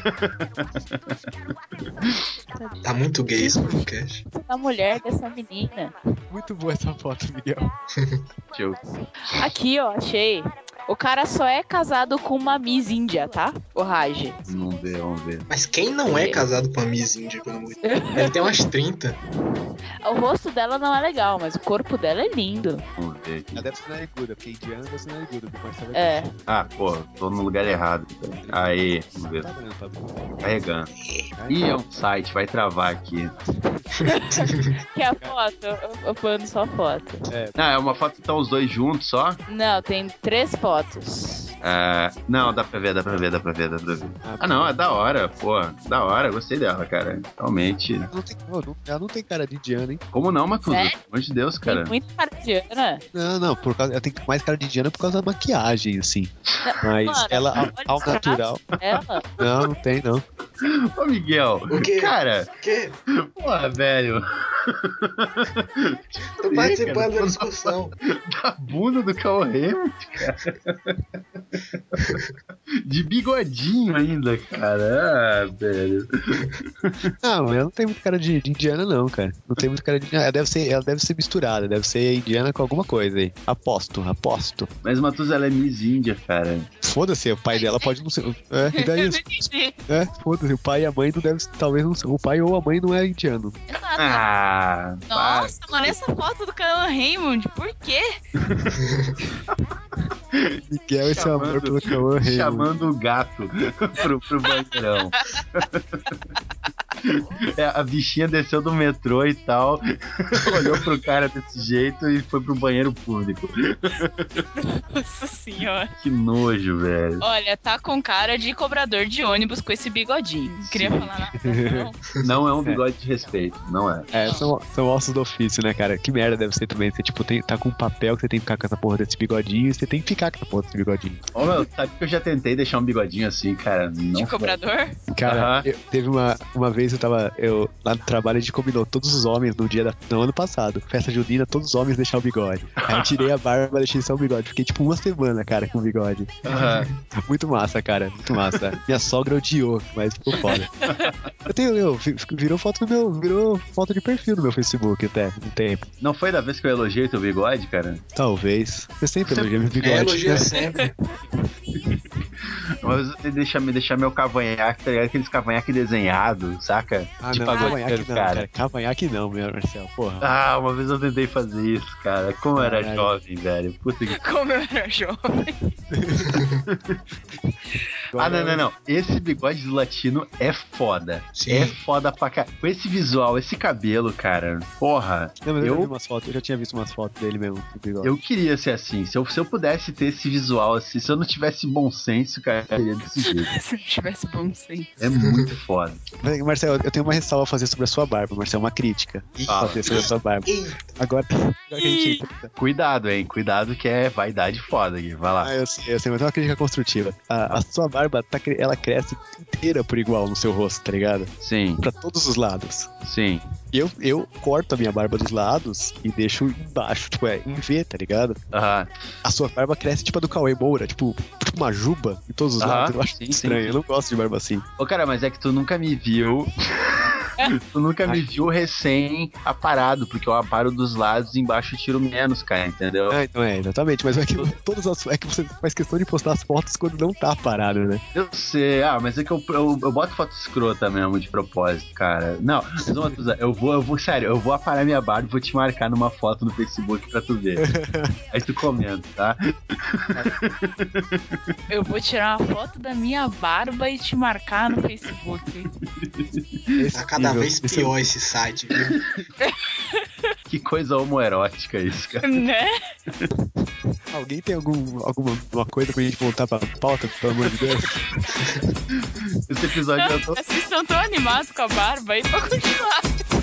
Tá muito gay esse podcast. A mulher dessa menina. Muito boa essa foto, Miguel. Aqui, ó, achei. O cara só é casado com uma Miss Índia, tá? O Raj. Vamos ver, vamos ver. Mas quem não é casado com a Miss Índia, pelo amor de Deus? Ele tem umas trinta. O rosto dela não é legal, mas o corpo dela é lindo. Vamos ver aqui. Ela deve ser nariguda, porque indiana deve ser nariguda. É. Ah, pô, tô no lugar errado. Aí, vamos ver. Carregando. Ih, é um site, vai travar aqui. Que a foto? Eu, eu mando só foto. É. Ah, é uma foto que estão os dois juntos só? Não, tem três fotos. É, não, dá pra ver, dá pra ver, dá pra ver, dá pra ver. Ah, não, é da hora, pô. Da hora, gostei dela, cara. Realmente. Não tem, não, ela não tem cara de indiana, hein? Como não, Matuza? Pelo amor de Deus, cara. Tem muito cara de indiana. Não, não, por causa, ela tem mais cara de indiana por causa da maquiagem, assim. Mas Mano, ela, ao, ao natural. Ela? Não, não tem, não. Ô, Miguel. O quê? Cara. O quê? Porra, velho. Tô participando da discussão. Da bunda do Cauã Raymond, cara. De bigodinho ainda, cara. Ah, velho. Não, ela não tem muito cara de, de indiana, não, cara. Não tem muito cara de indiana. Ela deve ser, ela deve ser misturada, deve ser indiana com alguma coisa aí. Aposto, aposto. Mas Matuza, ela é Miss Índia, cara. Foda-se, o pai dela pode não ser. É, e daí isso? É, foda-se, o pai e a mãe não devem. Talvez não ser. O pai ou a mãe não é indiano. Exato. Ah, nossa, mano, essa foto do Cauã Raymond, por quê? Miguel, esse chamando, amor pelo Cauã Raymond. Chamando o gato pro, pro banheirão. É, a bichinha desceu do metrô e tal, olhou pro cara desse jeito e foi pro banheiro público. Nossa senhora. Que nojo, velho. Olha, tá com cara de cobrador de ônibus com esse bigodinho. Não queria falar nada, não. Não é um bigode é. de respeito, não é. É, são, são ossos do ofício, né, cara? Que merda deve ser também. Você, tipo, tem, tá com um papel que você tem que ficar com essa porra desse bigodinho e você tem que ficar com essa porra desse bigodinho. Ô, meu, sabe que eu já tentei deixar um bigodinho assim, cara? Não de cobrador? Cara, eu, teve uma, uma vez eu tava, eu, lá no trabalho a gente combinou todos os homens no dia da, no ano passado, festa junina, todos os homens deixar o bigode. Aí eu tirei a barba, deixei só o bigode. Fiquei tipo uma semana, cara, com o bigode. Uhum. Muito massa, cara, muito massa. Minha sogra odiou, mas ficou foda. Eu tenho, eu, virou foto no meu, virou foto de perfil no meu Facebook até, um tempo. Não foi da vez que eu elogiei teu bigode, cara? Talvez. Eu sempre elogiei meu bigode. É, elogia sempre. Mas você deixa, deixar meu cavanhaque, tá ligado? Aqueles cavanhaque desenhados, saca? Ah, de não, cavanhaque não, cara. Cavanhaque não, meu Marcelo, porra. Ah, uma vez eu tentei fazer isso, cara. Como eu era Caralho. jovem, velho. Puta que... Como eu era jovem. Ah, não, não, não. Esse bigode do latino é foda. Sim. É foda pra caralho. Com esse visual, esse cabelo, cara. Porra. Não, mas eu, eu... já vi umas fotos, eu já tinha visto umas fotos dele mesmo, do bigode. Eu queria ser assim. Se eu, se eu pudesse ter esse visual assim, se eu não tivesse bom senso, cara, eu seria desse jeito. Se eu tivesse bom senso. É muito foda. Mas, Marcelo, eu tenho uma ressalva a fazer sobre a sua barba, Marcelo. Uma crítica. Fala. Fazer sobre a sua barba. Agora, agora que a gente... Cuidado, hein? Cuidado que é vaidade foda aqui. Vai lá. Ah, eu sei, eu sei, mas é uma crítica construtiva. A, a sua barba, tá, ela cresce inteira por igual no seu rosto, tá ligado? Sim. Pra todos os lados. Sim. Eu, eu corto a minha barba dos lados e deixo embaixo, tipo, é em V, tá ligado? Aham. A sua barba cresce tipo a do Cauê Moura, tipo, tipo uma juba em todos os Aham. lados. Eu acho sim, estranho, sim. Eu não gosto de barba assim. Ô, cara, mas é que tu nunca me viu... Tu nunca me viu recém aparado, porque eu aparo dos lados e embaixo eu tiro menos, cara, entendeu? Ah, então é, exatamente. Mas é que, todas as, é que você faz questão de postar as fotos quando não tá aparado, né? Eu sei, ah, mas é que eu, eu, eu boto foto escrota mesmo, de propósito, cara. Não, mas uma coisa, eu vou, eu vou, sério, eu vou aparar minha barba e vou te marcar numa foto no Facebook pra tu ver. Aí tu comenta, tá? Eu vou tirar uma foto da minha barba e te marcar no Facebook. Tá cada vez pior esse site, viu? Que coisa homoerótica isso, cara. Né? Alguém tem algum, alguma uma coisa pra gente voltar pra pauta, pelo amor de Deus? Esse episódio Não, eu tô... vocês estão tão animados com a barba aí pra continuar.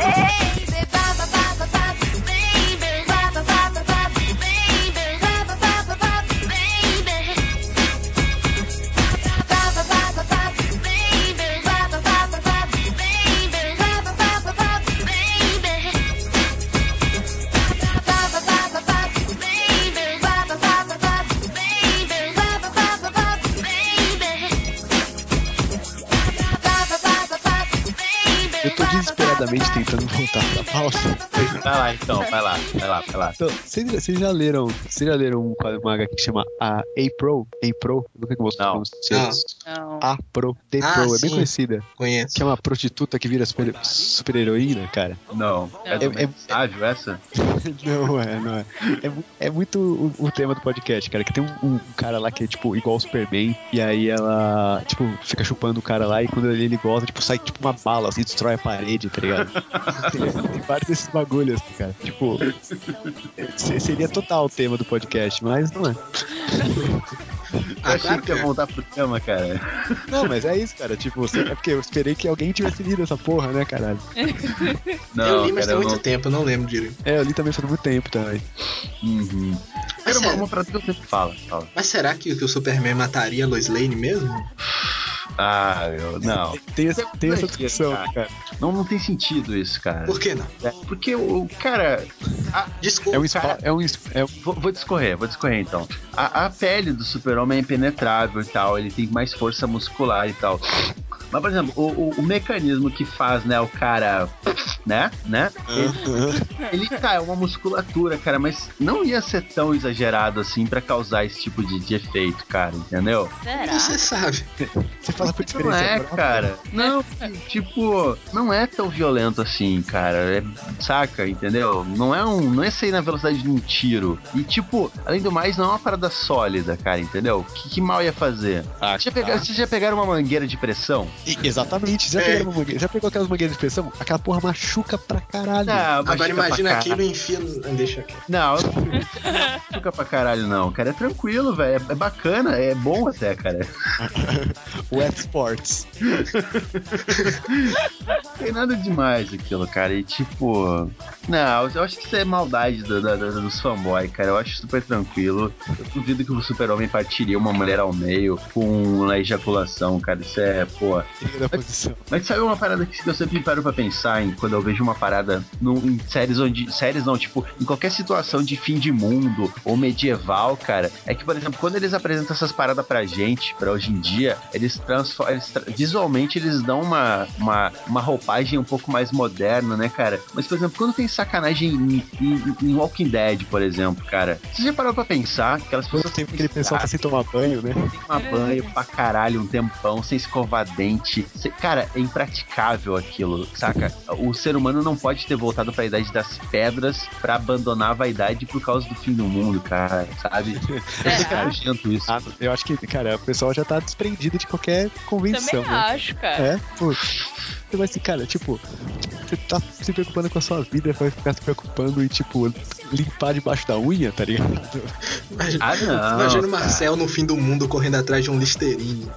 Eu tô desesperadamente tentando voltar pra pauta. Vai lá então, vai lá, vai lá, vai lá. Então, vocês, vocês já leram, vocês já leram um quadro manga que chama a A-Pro? A-Pro? Não sei como você Não. pronuncia isso. Não. A-Pro. The Ah, Pro, é sim. bem conhecida. Conheço. Que é uma prostituta que vira super, super heroína, cara. Não. É do É- é- Sábio essa? Não é, não é. É, mu- é muito o, o tema do podcast, cara. Que tem um, um cara lá que é, tipo, igual o Superman. E aí ela, tipo, fica chupando o cara lá. E quando ele, ele gosta, tipo, sai tipo uma bala, assim, destrói a parede, tá ligado? tem, tem vários desses bagulhos, cara. Tipo, se- seria total o tema do podcast, mas não é. Eu Ah, achei claro que ia que é. voltar pro tema, cara. Não, mas é isso, cara. Tipo, você- é porque eu esperei que alguém tivesse lido essa porra, né, caralho? Não, eu li, mas cara, tem eu muito não... tempo, eu não lembro direito. É, eu li também faz muito tempo também. Uhum. Mas Cara, uma, sério? uma parada que eu sempre falo, fala. Mas será que, que o Superman mataria a Lois Lane mesmo? Ah, eu... Não. Tem, tem essa, tem essa discussão, Cara. cara. Não, não tem sentido isso, cara. Por que não? É, porque o cara... a- Desculpa. É um, cara- spa, é um, es- é um Vou, vou discorrer, vou discorrer então. A, a pele do super-homem é impenetrável e tal, ele tem mais força muscular e tal. Mas, por exemplo, o, o, o mecanismo que faz, né, o cara, né, né, ele, ele tá, é uma musculatura, cara, mas não ia ser tão exagerado assim pra causar esse tipo de, de efeito, cara, entendeu? Será? Você sabe. Você fala por Não experiência é, própria? cara. Não, tipo, não é tão violento assim, cara. É, saca, entendeu? Não é um, não é sair na velocidade de um tiro. E tipo, além do mais, não é uma parada sólida, cara, entendeu? Que, que mal ia fazer? Ah, Vocês já, pegaram, vocês já pegaram uma mangueira de pressão? E- Exatamente, já, É. pegaram uma mangueira, já pegou aquelas mangueiras de pressão? Aquela porra machuca pra caralho. Ah, Agora machuca imagina pra aquilo caralho. e enfia. no- Deixa aqui. Não, não machuca pra caralho, não, cara. É tranquilo, velho. É, é bacana, é bom até, cara. Wet Sports. Não tem nada demais aquilo, cara. E tipo. Não, eu acho que isso é maldade do, do, do- dos fanboys, cara. Eu acho super tranquilo. Eu duvido que o super-homem partiria uma mulher ao meio com uma ejaculação, cara. Isso é, pô. Liga da posição. Mas sabe uma parada que eu sempre paro pra pensar em quando eu vejo uma parada num- em séries onde. Séries não, tipo, em qualquer situação de fim de mundo ou medieval, cara. É que, por exemplo, quando eles apresentam essas paradas pra gente, pra hoje em dia, eles transformam. Eles tra- visualmente eles dão uma, uma, uma roupagem um pouco mais moderna, né, cara? Mas, por exemplo, quando tem sacanagem em, em, em Walking Dead, por exemplo, cara. Você já parou pra pensar que aquelas Quanto pessoas. tempo aquele pessoal tá sem tomar banho, né? Sem tomar banho pra caralho um tempão, sem escovar dente. Cê- cara, é impraticável aquilo, saca? O ser humano não pode ter voltado pra idade das pedras pra abandonar a vaidade por causa do fim do mundo, cara, sabe? Será? É nojento isso. Ah, eu acho que, cara, o pessoal já tá desprendido de qualquer convenção, Também né? acho, cara. É, pô. Você vai assim, cara, tipo, você tá se preocupando com a sua vida, vai ficar se preocupando em, tipo, limpar debaixo da unha, tá ligado? Imagina, Ah, não, imagina o cara. Marcel no fim do mundo correndo atrás de um Listerine.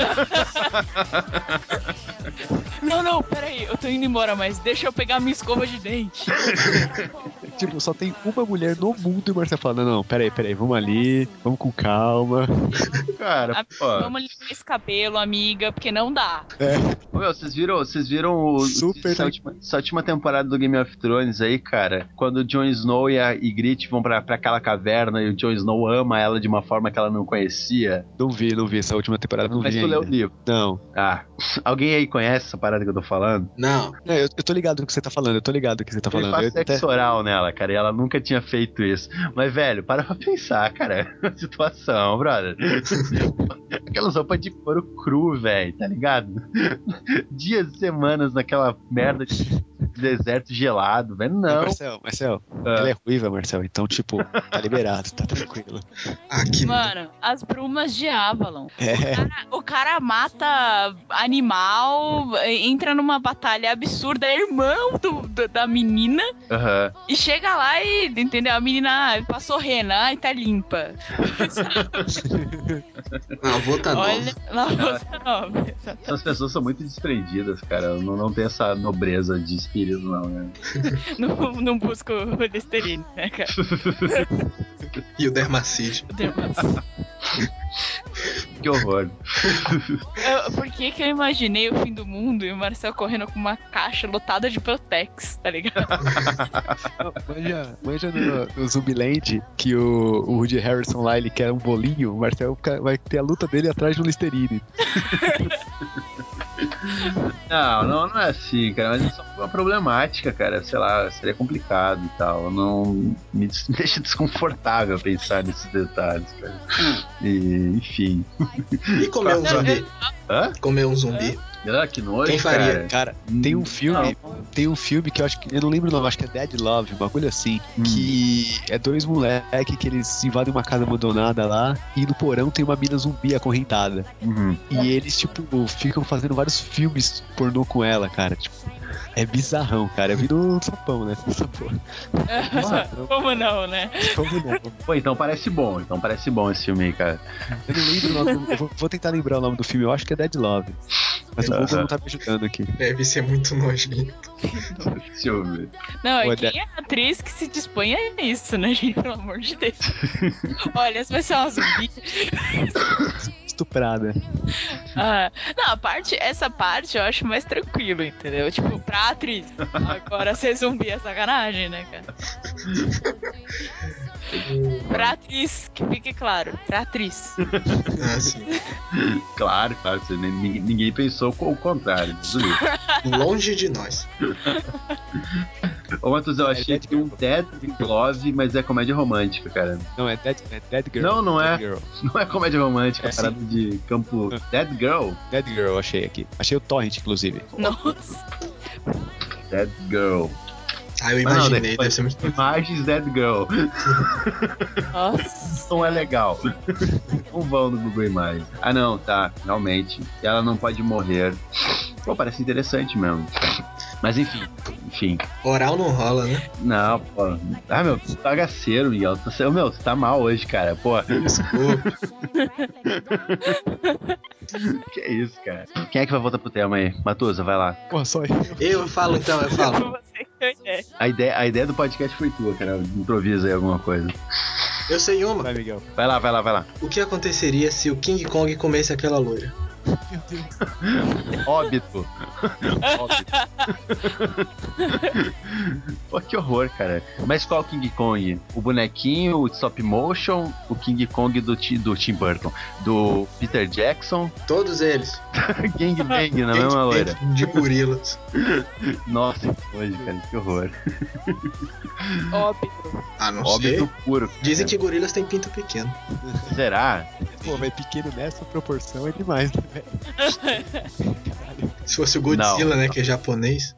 Não, não, peraí, eu tô indo embora, mas deixa eu pegar minha escova de dente. Tipo, só tem uma mulher no mundo e o Marcelo fala, não, não, peraí, peraí, vamos ali, vamos com calma. Cara, A- pô. Vamos limpar esse cabelo, amiga, porque não dá. Ô, meu, vocês viram, vocês viram o, Super essa, última, essa última temporada do Game of Thrones aí, cara? Quando o Jon Snow e a Ygritte vão pra, pra aquela caverna e o Jon Snow ama ela de uma forma que ela não conhecia. Não vi, não vi essa última temporada, não Mas vi tu leu o ainda. livro. Não. Ah, alguém aí conhece essa parada que eu tô falando? Não. É, eu, eu tô ligado no que você tá falando, eu tô ligado no que você tá Ele falando. faz Eu sexo até- oral nela, cara, e ela nunca tinha feito isso. Mas, velho, para pra pensar, cara. A situação, brother. Aquelas roupas de couro cru, velho, tá ligado? Dias e semanas naquela merda de deserto gelado, velho. Não. Marcel, Marcel, Ah. ela é ruiva, Marcel. Então, tipo, tá liberado, tá tranquilo. Aqui. Mano, as brumas de Avalon. É. O, cara, o cara mata animal, entra numa batalha absurda, é irmão do, do- da menina, Aham. e chega lá e, entendeu? A menina ah, passou rena, ai, tá limpa. Avô tá Olha, novo. lavou tá nova. Essas pessoas são muito desprendidas, cara. Não, não tem essa nobreza de espírito, não, né? Não, não busco o Listerine, né, cara? E o Dermacide. Que horror. Eu- por que que eu imaginei o fim do mundo e o Marcel correndo com uma caixa lotada de Protex, tá ligado? Não, manja, manja no, no Zumbiland que o, o Woody Harrison lá, ele quer um bolinho, o Marcel fica- vai ter a luta dele atrás de um Listerine. Não, não, não é assim, cara. Mas é só uma problemática, cara. Sei lá, seria complicado e tal. Não me, des- me deixa desconfortável pensar nesses detalhes, cara. E, enfim. E comer um zumbi? Hã? Comer um zumbi. Ah, que nojo, Quem faria? cara. Cara, tem um filme, tem um filme que eu acho que, eu não lembro o nome, acho que é Dead Love, um bagulho assim, Hum. que é dois moleques que eles invadem uma casa abandonada lá e no porão tem uma mina zumbi acorrentada. Uhum. E eles, tipo, ficam fazendo vários filmes pornô com ela, cara, tipo, é bizarrão, cara, eu vi no sapão, né, essa porra. Como não, né? Como não? Pô, então parece bom. Então parece bom esse filme aí, cara. Eu não lembro o nome, do- eu vou, vou tentar lembrar o nome do filme, eu acho que é Dead Love. Mas o Aham. Google não tá me ajudando aqui. Deve ser muito nojento. Deixa eu ver. Não, Pô, e quem é a atriz que se dispõe a isso, né, gente? Pelo amor de Deus. Olha, essa vai ser uma zumbi. Estuprada. Ah, não, a parte, essa parte eu acho mais tranquilo, entendeu? Tipo, pra atriz. Agora ser zumbi é sacanagem, né, cara? Pra atriz, que fique claro, pra atriz. Ah, sim. Claro, claro. você- Ninguém, ninguém pensou o contrário. Duvido. Longe de nós. Ô, Matheus, eu É achei Dead que um Dead Love, mas é comédia romântica, cara. Não, é Dead, é Dead Girl. Não, não é. Dead Girl. Não é comédia romântica, é É, parada de campo. Dead Girl. Dead Girl, eu achei aqui. Achei o Torrent, inclusive. Nossa. Dead Girl. Ah, eu Mas não, imaginei, depois, deve ser muito. Imagens Dead Girl. Nossa. Não é legal. Não vão no Google Imagens. Ah, não, tá. Realmente. Ela não pode morrer. Pô, parece interessante mesmo. Mas enfim, enfim. Oral não rola, né? Não, pô. Ah, meu, tu tá agaceiro, Miguel. Tu, tá- meu, tu tá mal hoje, cara. Pô. Desculpa. Que isso, cara. Quem é que vai voltar pro tema aí? Matusa, vai lá. Pô, só eu. Eu falo então, eu falo. Você que tem ideia. A ideia, a ideia do podcast foi tua, cara. Improvisa aí alguma coisa. Eu sei uma. Vai, Miguel. Vai lá, vai lá, vai lá. O que aconteceria se o King Kong comesse aquela loira? Meu Deus. Óbito. Óbito. Pô, que horror, cara. Mas qual King Kong? O bonequinho, o stop motion, o King Kong do, Ti- do Tim Burton, do Peter Jackson, Todos eles. Gang Bang na Gang mesma loira. Bang de gorilas. Nossa, que hoje, cara, que horror. Óbito. Ah, não Óbito sei. puro. cara. Dizem que gorilas têm pinto pequeno. Será? Pô, mas pequeno nessa proporção é demais, né, velho? Caralho. Se fosse o Godzilla, Não. né, que é japonês.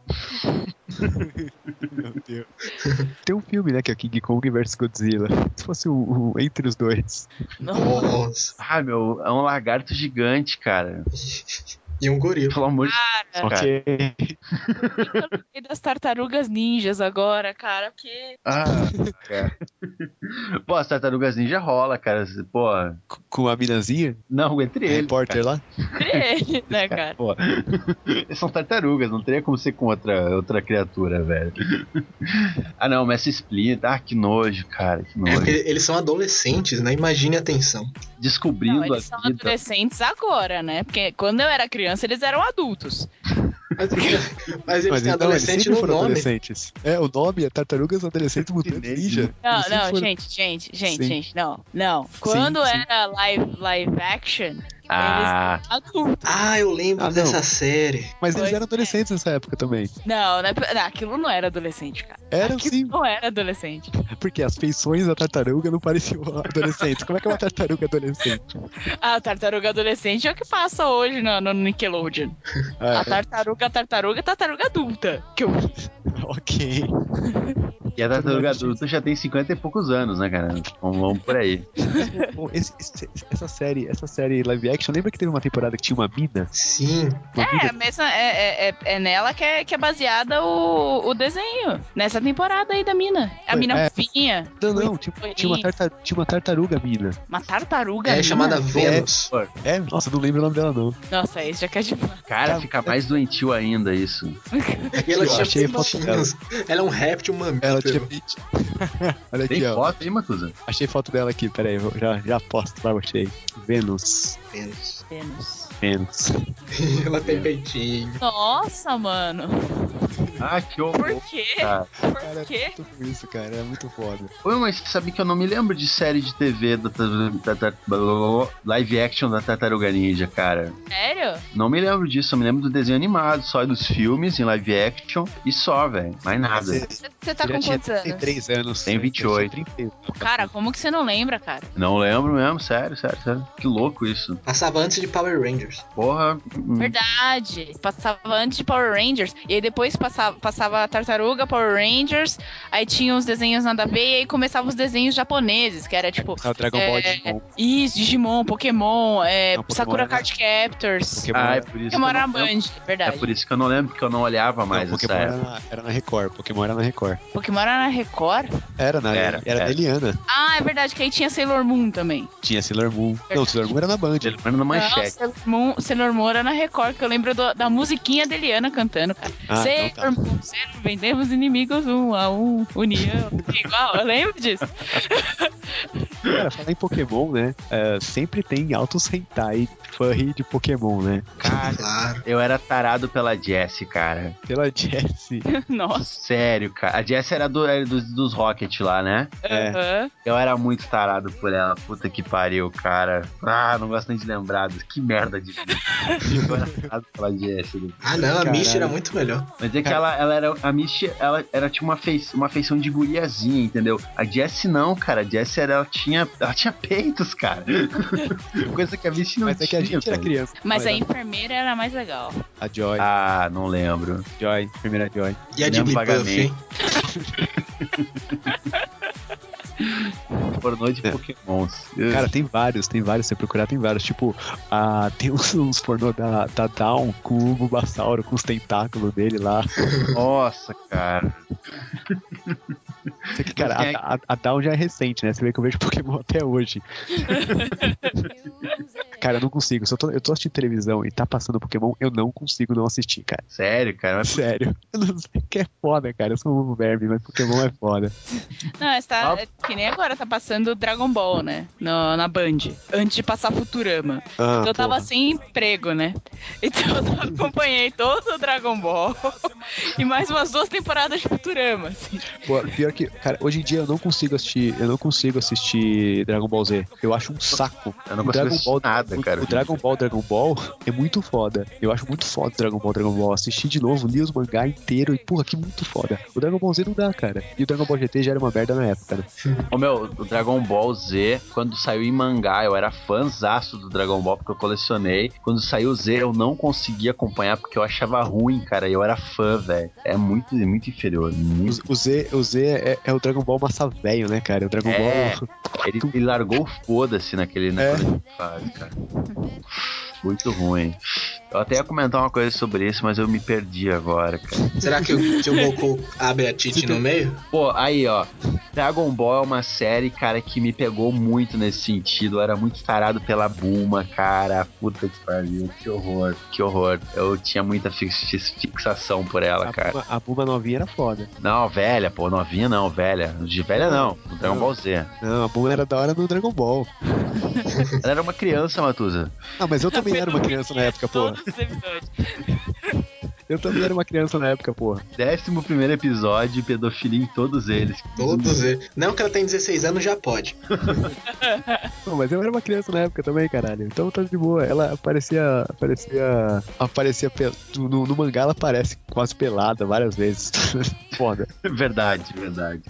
Meu Deus. Tem um filme, né, que é King Kong versus Godzilla. Se fosse o, o- entre os dois. Nossa. Ah, meu, é um lagarto gigante, cara. E um gorila. Pelo amor de Deus, cara. Ok. Eu lembrei das tartarugas ninjas agora, cara, porque. Ah, cara. Pô, as tartarugas ninja rola, cara. Pô, Com- Com a minazinha? não, entre A eles. repórter lá? Ele, né, cara? Pô, eles são tartarugas, não teria como ser com outra, outra criatura, velho. Ah, não, Messi Splinter. Ah, que nojo, cara, que É nojo. porque eles são adolescentes, né? Imagine a tensão. Descobrindo Não, eles a são vida. adolescentes agora, né? Porque quando eu era criança, eles eram adultos. Mas, mas eles Mas têm não, eles adolescente sempre no foram nome. adolescentes. É, o nome é Tartarugas Adolescentes Mutantes Ninja. Não, Eles sempre não, foram- gente, gente, gente, Sim. gente, não, não. Quando sim. era live, live action, Ah, eles eram adultos. Ah, eu lembro Ah, não. dessa série. Mas eles Pois eram adolescentes nessa época também. Não, não, é- não, aquilo não era adolescente, cara. Eram Aquilo sim. não era adolescente. Porque as feições da tartaruga não pareciam adolescentes. Como é que é uma tartaruga adolescente? A tartaruga adolescente é o que passa hoje no, no Nickelodeon. Ah, A tartaruga, a tartaruga, a tartaruga adulta. Que eu... Ok. E a Tartaruga Adulta já tem cinquenta e poucos anos, né, cara? Vamos, vamos por aí. Bom, esse, esse, essa série, essa série live action, lembra que teve uma temporada que tinha uma mina? Sim. Uma É, mina... mesma, é, é, é nela que é, que é baseada o, o desenho. Nessa temporada aí da mina. A mina É. vinha. Não, não, tinha, tinha, uma tartar, tinha uma tartaruga mina. Uma tartaruga É mina? chamada Vênus. É, é, nossa, não lembro o nome dela, não. Nossa, esse já quer demais. Cara, fica mais doentio ainda isso. E ela Eu tinha achei foto pintinhos. Ela é um réptil mamífero. Ela tinha peixe. Olha aqui, Tem ó. foto aí, Matuza? Achei foto dela aqui, peraí, vou- já, já posto pra você. Vênus. Vênus. Vênus. Vênus. Ela tem peitinho. Nossa, mano. Ah, que horror. Por quê? Cara. Por Cara, é quê? muito com isso, cara, é muito foda. Oi, mas você sabe que eu não me lembro de série de T V da, da, da, da live action da Tartaruga Ninja, cara. Sério? Não me lembro disso, eu me lembro do desenho animado, só dos filmes em live action e só, velho. Mais nada. Você Você tá já com tinha quantos anos? trinta e três anos. Tem vinte e oito. Eu tinha trinta e um. Cara, como que você não lembra, cara? Não lembro mesmo, sério, sério, sério. Que louco isso. Passava antes de Power Rangers. Porra. hum. Verdade. Passava antes de Power Rangers. E aí depois passava, passava Tartaruga, Power Rangers. Aí tinha os desenhos nada a ver. E aí começavam os desenhos japoneses, que era tipo. Ah, o Dragon Ball é, Digimon. Isso, Digimon, Pokémon, é, Não, Pokémon Sakura era- Card Captors. Pokémon Ah, é era- por isso Pokémon que era eu na não lembro. Band, É verdade. por isso que eu não lembro, porque eu não olhava mais Não, essa Pokémon era época. na, era na Record. Pokémon era na Record. Pokémon era na Record? Era, na, Era, era, era. da Eliana. Ah, é verdade, que aí tinha Sailor Moon também. Tinha Sailor Moon. Não, Sailor Moon era na Band. Ele manda na Não, manchete. Sailor Moon, Sailor Moon era na Record, que eu lembro do- da musiquinha da Eliana cantando, cara. Ah, Sailor então tá. Moon, Sailor, vendemos inimigos um a um, união, igual, eu lembro disso. Cara, falar em Pokémon, né? é, sempre tem altos hentai furry de Pokémon, né? Cara, Claro. eu era tarado pela Jessie, cara. Pela Jessie. Nossa. Sério, cara. A Jessie era, do, era dos, dos Rocket lá, né? É. Aham. Eu era muito tarado por ela. Puta que pariu, cara. Ah, não gosto nem de lembrar disso. Que merda de vida. Eu era tarado pela Jessie. né? Ah, não, a Caralho. Misty era muito melhor. Mas é que Cara. ela, ela era. A Misty, ela era tipo uma, fei, uma feição de guriazinha, entendeu? A Jessie não, cara. A Jessie era, ela tinha. Ela tinha peitos, cara. Coisa que a Misty não Mas é que a tinha. gente era velho. criança. Mas a, a enfermeira era mais legal. a Joy. Ah, não lembro. Joy. Primeira Joy. E a Lembro Jigglypuff, hein? Pornô de É. Pokémons. Cara, tem vários, tem vários. Se você procurar, tem vários. Tipo, ah, tem uns, uns pornô da, da Dawn com o Bulbasauro, com os tentáculos dele lá. Nossa, cara. Isso aqui, cara, Mas quem é a, a, a Dawn já é recente, né? Você vê que eu vejo Pokémon até hoje. Cara, eu não consigo. Se eu tô, eu tô assistindo televisão e tá passando Pokémon, eu não consigo não assistir, cara. Sério, cara. Mas Sério. Eu não sei que é foda, cara. Eu sou um verme, mas Pokémon é foda. Não, está, é que nem agora tá passando Dragon Ball, né? No, na Band. Antes de passar Futurama. Ah, então eu tava porra. sem emprego, né? Então eu acompanhei todo o Dragon Ball e mais umas duas temporadas de Futurama, assim. Pô, pior que, cara, hoje em dia eu não consigo assistir, eu não consigo assistir Dragon Ball Z. Eu acho um saco. eu não O consigo Dragon assistir Ball, nada, o, cara. o Dragon Ball, Dragon Ball é muito foda. Eu acho muito foda o Dragon Ball, Dragon Ball. Assisti de novo, li os mangá inteiro e, porra, que muito foda. O Dragon Ball Z não dá, cara. E o Dragon Ball G T já era uma merda na época, né? Ô meu, o Dragon Ball Z, quando saiu em mangá, eu era fãzaço do Dragon Ball porque eu colecionei. Quando saiu o Z, eu não conseguia acompanhar porque eu achava ruim, cara. E eu era fã, velho. É muito, muito inferior. Muito... O, o Z, o Z é, é o Dragon Ball massa velho, né, cara? O Dragon É. Ball. Ele, ele largou o foda-se naquele, É. naquele fase, cara. Muito ruim. Eu até ia comentar uma coisa sobre isso, mas eu me perdi agora, cara. Será que o, que o Goku abre a Tite no meio? Pô, aí, ó. Dragon Ball é uma série, cara, que me pegou muito nesse sentido. Eu era muito tarado pela Bulma, cara. Puta que pariu. Que horror, que horror. Eu tinha muita fix- fixação por ela, A cara. Bulma, a Bulma novinha era foda. Não, velha, pô. Novinha não, velha. De velha não. O Dragon Não. Ball Z. Não, a Bulma era da hora no Dragon Ball. Ela era uma criança, Matusa. Ah, mas eu também era uma criança na época, porra. Todos os episódios. Eu também era uma criança na época, porra. Décimo primeiro episódio, pedofilia em todos eles. Todos eles. Não que ela tem dezesseis anos, já pode. Não, mas eu era uma criança na época também, caralho. Então tá de boa. Ela aparecia. Aparecia. Aparecia. Pel... No, no mangá ela aparece quase pelada várias vezes. Foda. Verdade, verdade.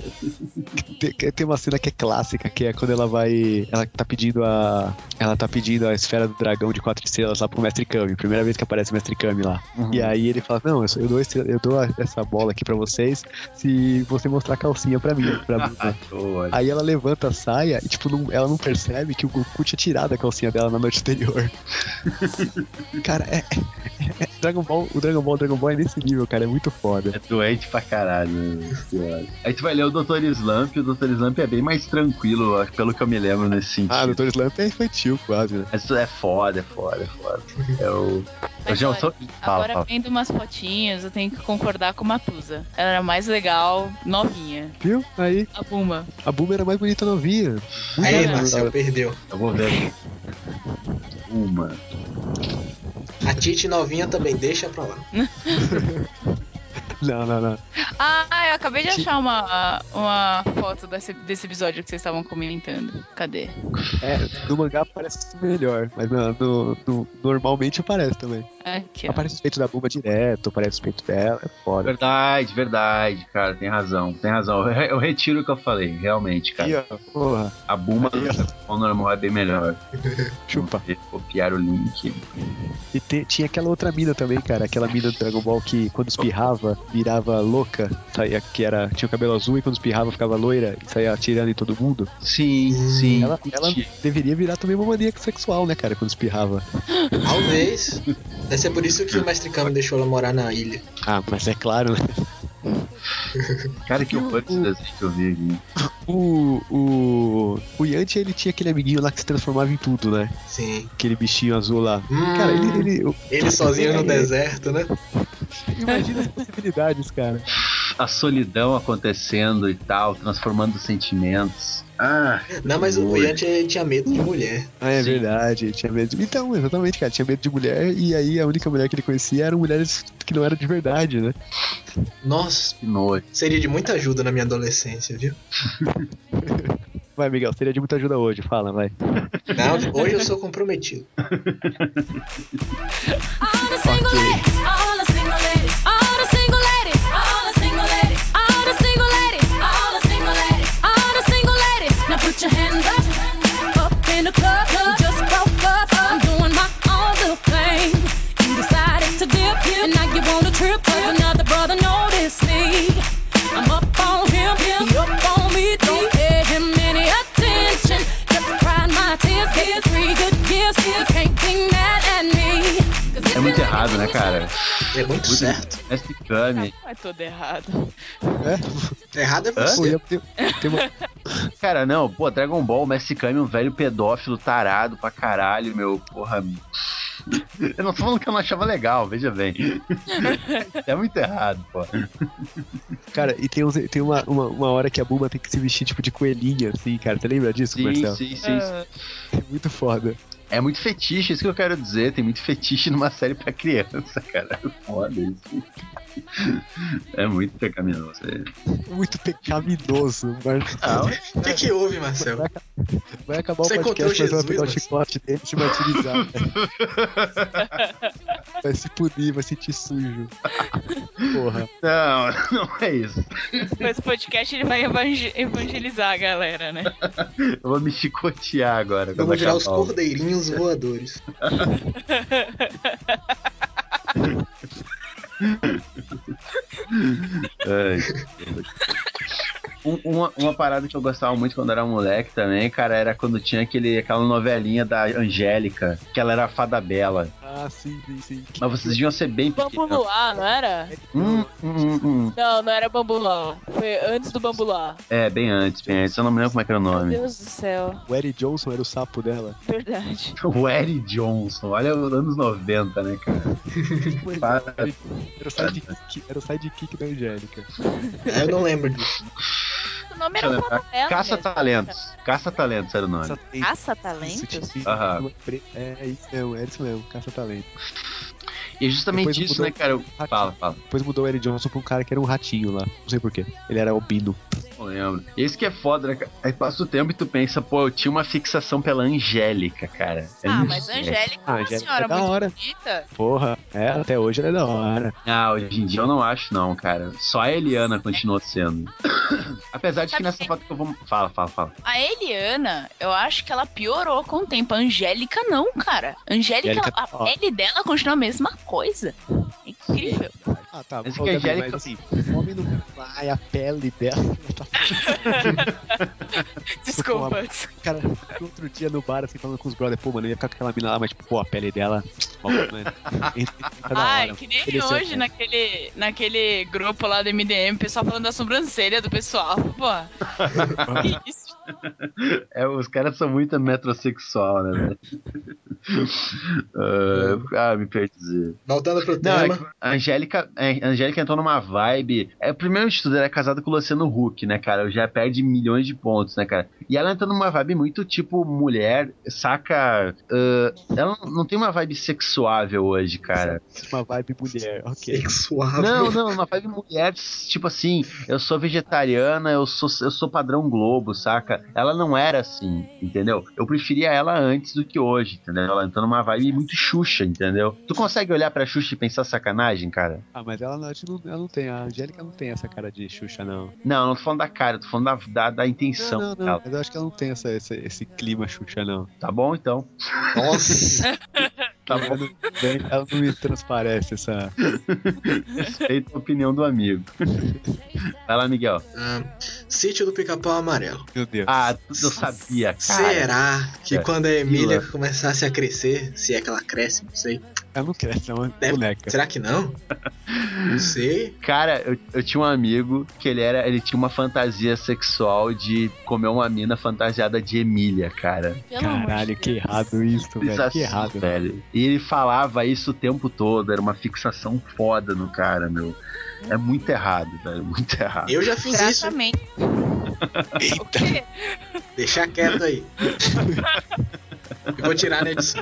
Tem, tem uma cena que é clássica, que é quando ela vai. Ela tá pedindo a. Ela tá pedindo a esfera do dragão de quatro estrelas lá pro Mestre Kami. Primeira vez que aparece o Mestre Kami lá. Uhum. E aí ele fala, não, eu dou, esse, eu dou essa bola aqui pra vocês se você mostrar a calcinha pra mim. Pra mim né? Aí ela levanta a saia e, tipo, não, ela não percebe que o Goku tinha tirado a calcinha dela na noite anterior. Cara, é, é, é Dragon Ball, o Dragon Ball, o Dragon Ball é nesse nível, cara, é muito foda. É doente pra caralho, né? Aí tu vai ler o doutor Slump, e o doutor Slump é bem mais tranquilo, acho, pelo que eu me lembro nesse sentido. Ah, o doutor Slump é infantil quase, né? Isso é foda, é foda, é foda. É o... Mas, eu olha, sou... agora fala, vendo umas fotinhas, eu tenho que concordar com a Matusa. Ela era mais legal, novinha. Viu? Aí. A Buma. A Buma era mais bonita novinha. Aí, é, Marcel, perdeu. Eu vou ver. Uma. A Titi novinha também, deixa pra lá. Não, não, não. Ah, eu acabei de achar uma, uma foto desse, desse episódio que vocês estavam comentando. Cadê? É, no mangá parece melhor, mas no, no, no, normalmente aparece também. Aqui, ó. Aparece os peitos da Buma direto, aparece os peitos dela, é foda. Verdade, verdade, cara, tem razão, tem razão. Eu, eu retiro o que eu falei, realmente, cara. E, ó, porra. A Buma do normal é bem melhor. Chupa. Copiar o link. E te, tinha aquela outra mina também, cara, aquela mina do Dragon Ball que quando espirrava virava louca, saía, que era, tinha o cabelo azul e quando espirrava ficava loira e saía atirando em todo mundo. Sim, sim. Ela, ela deveria virar também uma maníaca sexual, né, cara, quando espirrava. Talvez. Deve ser por isso que o Mestre Kami deixou ela morar na ilha. Ah, mas é claro, né? Cara, que horror esse desenho que eu vi aqui. O, o, o Yanti, ele tinha aquele amiguinho lá que se transformava em tudo, né? Sim. Aquele bichinho azul lá. Hum, cara, ele... Ele, ele sozinho no ele, deserto, né? Imagina as possibilidades, cara. A solidão acontecendo e tal, transformando sentimentos. Ah, não, mas o Yanti tinha medo de mulher. Ah, é Sim. verdade, ele tinha medo de... Então, exatamente, cara, tinha medo de mulher e aí a única mulher que ele conhecia eram mulheres que não eram de verdade, né? Nossa, que nojo. Seria de muita ajuda na minha adolescência, viu? Vai, Miguel, seria de muita ajuda hoje, fala, vai. Não, hoje eu sou comprometido. Put your hands up, up in the club, you just broke up. I'm doing my own little thing. You decided to dip, and now you want a trip, cause another brother noticed me. I'm up on him, he up on me, don't pay him any attention. Just cried my tears, get three good years, you can't be mad at me. É muito errado, né, cara? É muito Tudo certo. Mestre Kami. Não é todo errado. É? Errado é você. Pô, tem, tem uma... Cara, não, pô, Dragon Ball, Mestre Kami, um velho pedófilo tarado pra caralho, meu, porra. Eu não tô falando que eu não achava legal, veja bem. É muito errado, pô. Cara, e tem, uns, tem uma, uma, uma hora que a Buma tem que se vestir tipo de coelhinha, assim, cara. Você lembra disso, Sim, Marcelo? sim, sim, Ah, É muito foda. É muito fetiche, isso que eu quero dizer. Tem muito fetiche numa série pra criança, cara. Foda isso. É muito pecaminoso. É. Muito pecaminoso. Mas... O que que houve, Marcelo? Vai, vai acabar Você o podcast, mas vai encontrou pegar o Jesus, chicote dele e se martirizar. Vai se punir, vai sentir sujo. Porra. Não, não é isso. Esse podcast ele vai evangel- evangelizar a galera, né? Eu vou me chicotear agora. Vamos virar os acabar o- cordeirinhos voadores. Ai, um, uma, uma parada que eu gostava muito quando era moleque também, cara, era quando tinha aquele, aquela novelinha da Angélica, que ela era a fada bela. Ah, sim, sim, sim. Mas vocês deviam ser bem Bambu pequenos. Luar, não era? Hum, hum, hum. Não, não era Bambu Luar. Foi antes do Bambu Luar. É, bem antes, bem antes. Eu não me lembro como é que era o Meu nome. Deus do céu. O Eric Johnson era o sapo dela. Verdade. O Eric Johnson. Olha os anos noventa, né, cara? Pois é, Para. era, era o sidekick, era o sidekick da Angélica. É, eu não lembro disso. O nome Deixa eu era lembrar. Fala Caça-talentos. Caça-talentos era o nome. Caça-talentos? Aham. É isso mesmo, é isso mesmo, caça-talento. E é justamente Depois isso, mudou né, cara? Eu... ratinho. Fala, fala. Depois mudou o Eric Johnson pra um cara que era um ratinho lá. Não sei porquê. Ele era albino. Não lembro. E isso que é foda, né, cara? Aí passa o tempo e tu pensa, pô, eu tinha uma fixação pela Angélica, cara. Ah, mas a Angélica é Ah, uma Angélica senhora é da muito hora. bonita. Porra, é, até hoje ela é da hora. Ah, hoje em dia eu não acho, não, cara. Só a Eliana continua sendo. Apesar de que Sabe nessa quem- foto que eu vou. Fala, fala, fala. A Eliana, eu acho que ela piorou com o tempo. A Angélica não, cara. A Angélica, Angélica, ela- a ó. pele dela continua a mesma coisa. É incrível. Ah, tá. Mas Ô, que a Gabi, Angélica- mas assim, o homem não vai, a pele dela. Desculpa. Cara, no outro dia no bar, assim, falando com os brothers, pô, mano, eu ia ficar com aquela mina lá, mas tipo, pô, a pele dela. Ó, mano, entra, entra da Ai, hora. que nem Ele hoje seu- naquele, naquele grupo lá do M D M, o pessoal falando da sobrancelha do pessoal. Pô, que isso? É, os caras são muito metrosexual, né, velho? Ah, ah, me perdi. Voltando pro Não, é tema. que a Angélica, a Angélica entrou numa vibe. É, primeiro de tudo, ela é casada com o Luciano Huck, né, cara? Já perde milhões de pontos, né, cara? E ela entrou numa vibe muito tipo mulher, saca? ah, ela não, não tem uma vibe sexuável hoje, cara. Uma vibe mulher, ok. Sexuável. Não, não, uma vibe mulher, tipo assim, eu sou vegetariana, eu sou, eu sou padrão Globo, saca? Ela não era assim, entendeu? Eu preferia ela antes do que hoje, entendeu? Ela entrou numa vibe muito Xuxa, entendeu? Tu consegue olhar pra Xuxa e pensar sacanagem, cara? Ah, mas ela não, não, ela não tem, a Angélica não tem essa cara de Xuxa, não. Não, não tô falando da cara, tô falando da, da, da intenção Não, não, não, dela. mas eu acho que ela não tem essa, esse, esse clima Xuxa, não. Tá bom, então. Nossa. Tá ela, bom. não, vem- ela não me transparece essa... Respeito a opinião do amigo. Vai lá, Miguel. Ah, Sítio do Pica-Pau Amarelo. Meu Deus. Ah, eu sabia, cara. Será que É, quando a Emília Fila. começasse a crescer, se é que ela cresce, não sei. Ela não cresce, é uma Deve- boneca. Será que não? Não sei. Cara, eu, eu tinha um amigo que ele era, ele tinha uma fantasia sexual de comer uma mina fantasiada de Emília, cara. Pelo amor de Caralho, que Deus. errado isso, velho. Isso Que errado. velho. E ele falava isso o tempo todo, era uma fixação foda no cara, meu. É muito errado, velho, muito errado. Eu já fiz isso. hein? Tratamento. O quê? Deixa quieto aí. Eu vou tirar na edição.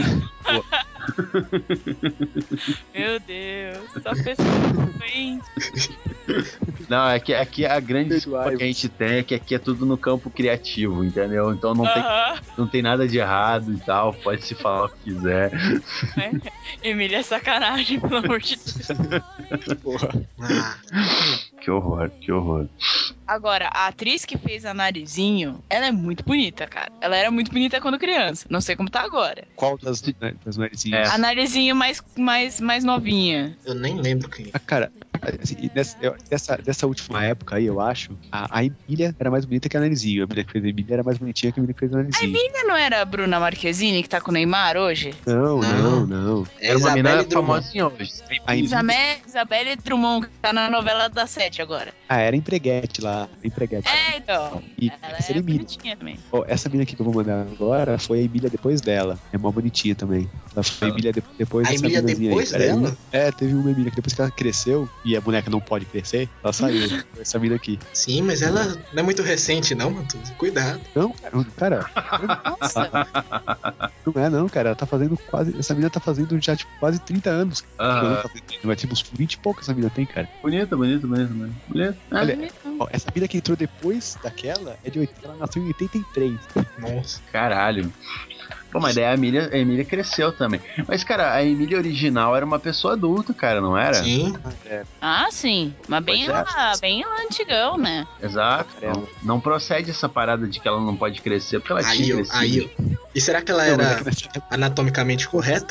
Meu Deus, só pessoa ruim. Não, é que aqui a grande desculpa que a gente tem é que aqui é tudo no campo criativo, entendeu? Então não tem, Aham. não tem nada de errado e tal, pode se falar o que quiser. É. Emília é sacanagem, pelo amor de Deus. Porra. Ah, Que horror, que horror. Agora, a atriz que fez a Narizinho, ela é muito bonita, cara. Ela era muito bonita quando criança. Não sei como tá agora. Qual das, né, das narizinhas? É. A Narizinho mais, mais, mais novinha. eu nem lembro quem. Ah, cara, assim, nessa, eu- dessa, dessa última época aí, eu acho, a, a Emília era mais bonita que a Narizinho. A Emília que fez a Emília era mais bonitinha que a Emília que fez a A Narizinho. Emília não era a Bruna Marquezine, que tá com o Neymar hoje? Não, Não. não, não. É Era uma mina Isabelle Drummond. famosinha hoje. A Emília, Isabelle, Isabelle Drummond, que tá na novela da Sete agora. ah, era empreguete lá, empreguete. É, então. E Ela essa é era Emília. bonitinha também. Ó, essa mina aqui que eu vou mandar agora foi a Emília depois dela. É mó bonitinha também. Ela foi a Emília de- depois A dessa Emília minazinha depois aí. Peraí. dela? É, teve uma Emília que depois que ela cresceu e a boneca não pode crescer, ela saiu. Foi essa mina aqui. Sim, mas ela não é muito recente, não, Matheus. Cuidado. Não, cara, cara, Nossa, não é não, cara. Ela tá fazendo quase. Essa mina tá fazendo já, tipo, quase trinta anos. Aham. Não, não tá fazendo, mas tipo, uns vinte e pouco essa mina tem, cara. Bonito, bonito, bonito, bonito. Bonito. Ah, Olha, ó, essa mina que entrou depois daquela é de oitenta, ela nasceu em oitenta e três. Nossa. caralho. Pô, mas daí a Emília, a Emília cresceu também. Mas, cara, a Emília original era uma pessoa adulta, cara, não era? Sim. ah, sim. Mas bem Pois é. lá, bem lá antigão, né? Exato. É. Não, não procede essa parada de que ela não pode crescer, porque ela Aí, tinha ó, crescido. aí, ó. E será que ela Não, mas é era que nessa época- anatomicamente correta?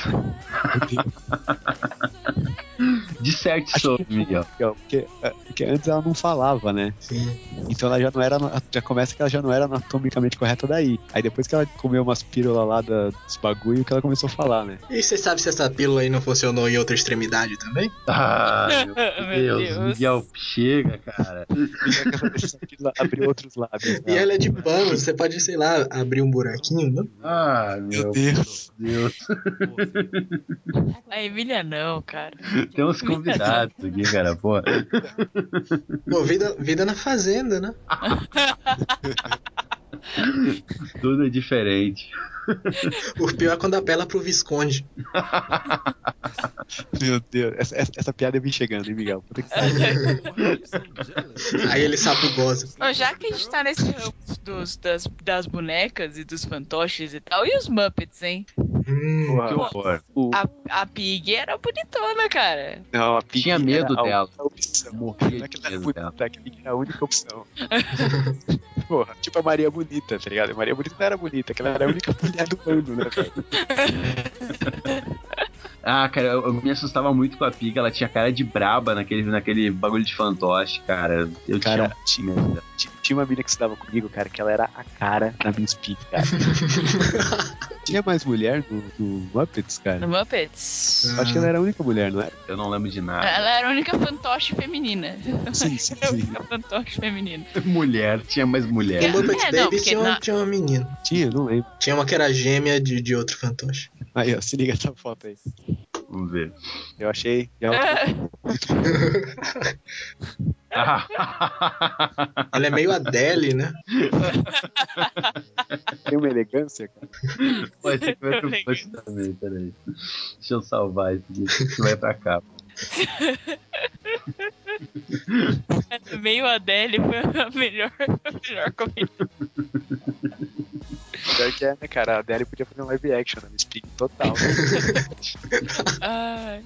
De certo Acho sou, que- Miguel. Porque, é, porque antes ela não falava, né? Sim. Então ela já não era. Já começa que ela já não era anatomicamente correta daí. Aí depois que ela comeu umas pílulas lá da, dos bagulho que ela começou a falar, né? E você sabe se essa pílula aí não funcionou em outra extremidade também? Ah, meu Meu Deus, Deus. Miguel, chega, cara. Essa pílula abriu outros lábios. E ela é de pano, você pode, sei lá, abrir um buraquinho, não? Ah, meu, Meu Deus. Deus. A Emília não, cara. Tem uns convidados aqui, cara, pô. Pô, vida, vida na fazenda, né? Tudo é diferente. O pior é quando apela pro Visconde. Meu Deus. Essa, essa, essa piada vem chegando, hein, Miguel? Puta que Aí ele sabugosa. Ó, já que a gente tá nesse ramo dos, das, das bonecas e dos fantoches e tal, e os Muppets, hein? Hum, porra. Que horror. O- A, a Pig era bonitona, cara. Não, a Pig Tinha medo era a dela. única opção. Morria Não é que de ela era medo bonita, dela. é que a Pig era a única opção. Porra, tipo a Maria Bonita, tá ligado? A Maria Bonita não era bonita, que ela era a única mulher do bando, né, velho? Ah, cara, eu, eu me assustava muito com a Pig. Ela tinha cara de braba naquele, naquele bagulho de fantoche, cara. Eu Cara, tinha... tinha, tinha uma mina que estudava comigo, cara, que ela era a cara da Miss Pig, cara. Tinha mais mulher no, no Muppets, cara? No Muppets? Acho que ela era a única mulher, não era? Eu não lembro de nada. Ela era a única fantoche feminina. Sim, sim, A sim. única fantoche feminina. Mulher, tinha mais mulher. No Muppets É, não, Babies porque tinha, uma, na- tinha uma menina. Tinha, não lembro. Tinha uma que era gêmea de, de outro fantoche. Aí, ó, se liga essa foto aí. Vamos ver. Eu achei. Já... Ela é meio Adele, né? Tem uma elegância, cara. Pode ser que vai pro post também, peraí. Deixa eu salvar isso aqui, que vai pra cá. Meio Adele foi a melhor, a melhor comentário. Pior que é, né, cara? A Adele podia fazer um live action, né? Miss Pig total. Ai.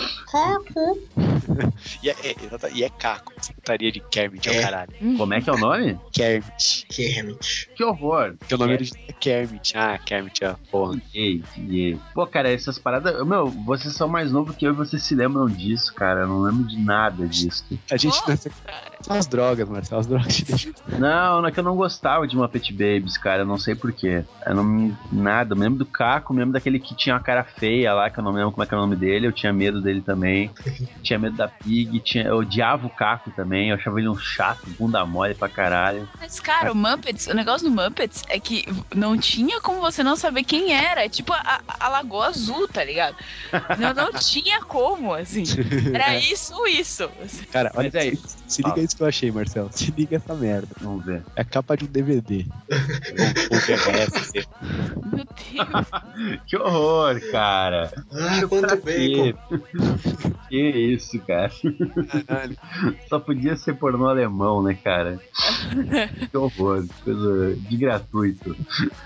E é, é, e é caco. Putaria de Kermit, é o caralho. Como é que é o nome? Kermit. Kermit. Que horror. Que o nome original é Kermit. Ah, Kermit, ó. Porra. Ei, ei. Pô, cara, essas paradas... Meu, vocês são mais novos que eu e vocês se lembram disso, cara. Eu não lembro de nada disso. A gente... Nossa, São as drogas, Marcelo. As drogas te deixam... Não, não é que eu não gostava de Muppet Babies, cara. Eu não sei porquê. Eu não me... Nada. Eu me lembro do Caco, me lembro daquele que tinha uma cara feia lá, que eu não me lembro como é que é o nome dele. Eu tinha medo dele também. Tinha medo da Pig. Tinha... Eu odiava o Caco também. Eu achava ele um chato, bunda mole pra caralho. Mas, cara, o Muppets, o negócio do Muppets é que não tinha como você não saber quem era. É tipo a, a Lagoa Azul, tá ligado? Não, não tinha como, assim. Era isso ou isso. Cara, olha Mas é aí. isso. Se liga Fala. isso que eu achei, Marcelo. Se liga essa merda. Vamos ver. É a capa de um D V D. Ou V H S. Meu Deus. Que horror, cara. Ah, quanto bacon. Que isso, cara. Caralho. Só podia ser pornô alemão, né, cara? Que horror. Coisa de gratuito.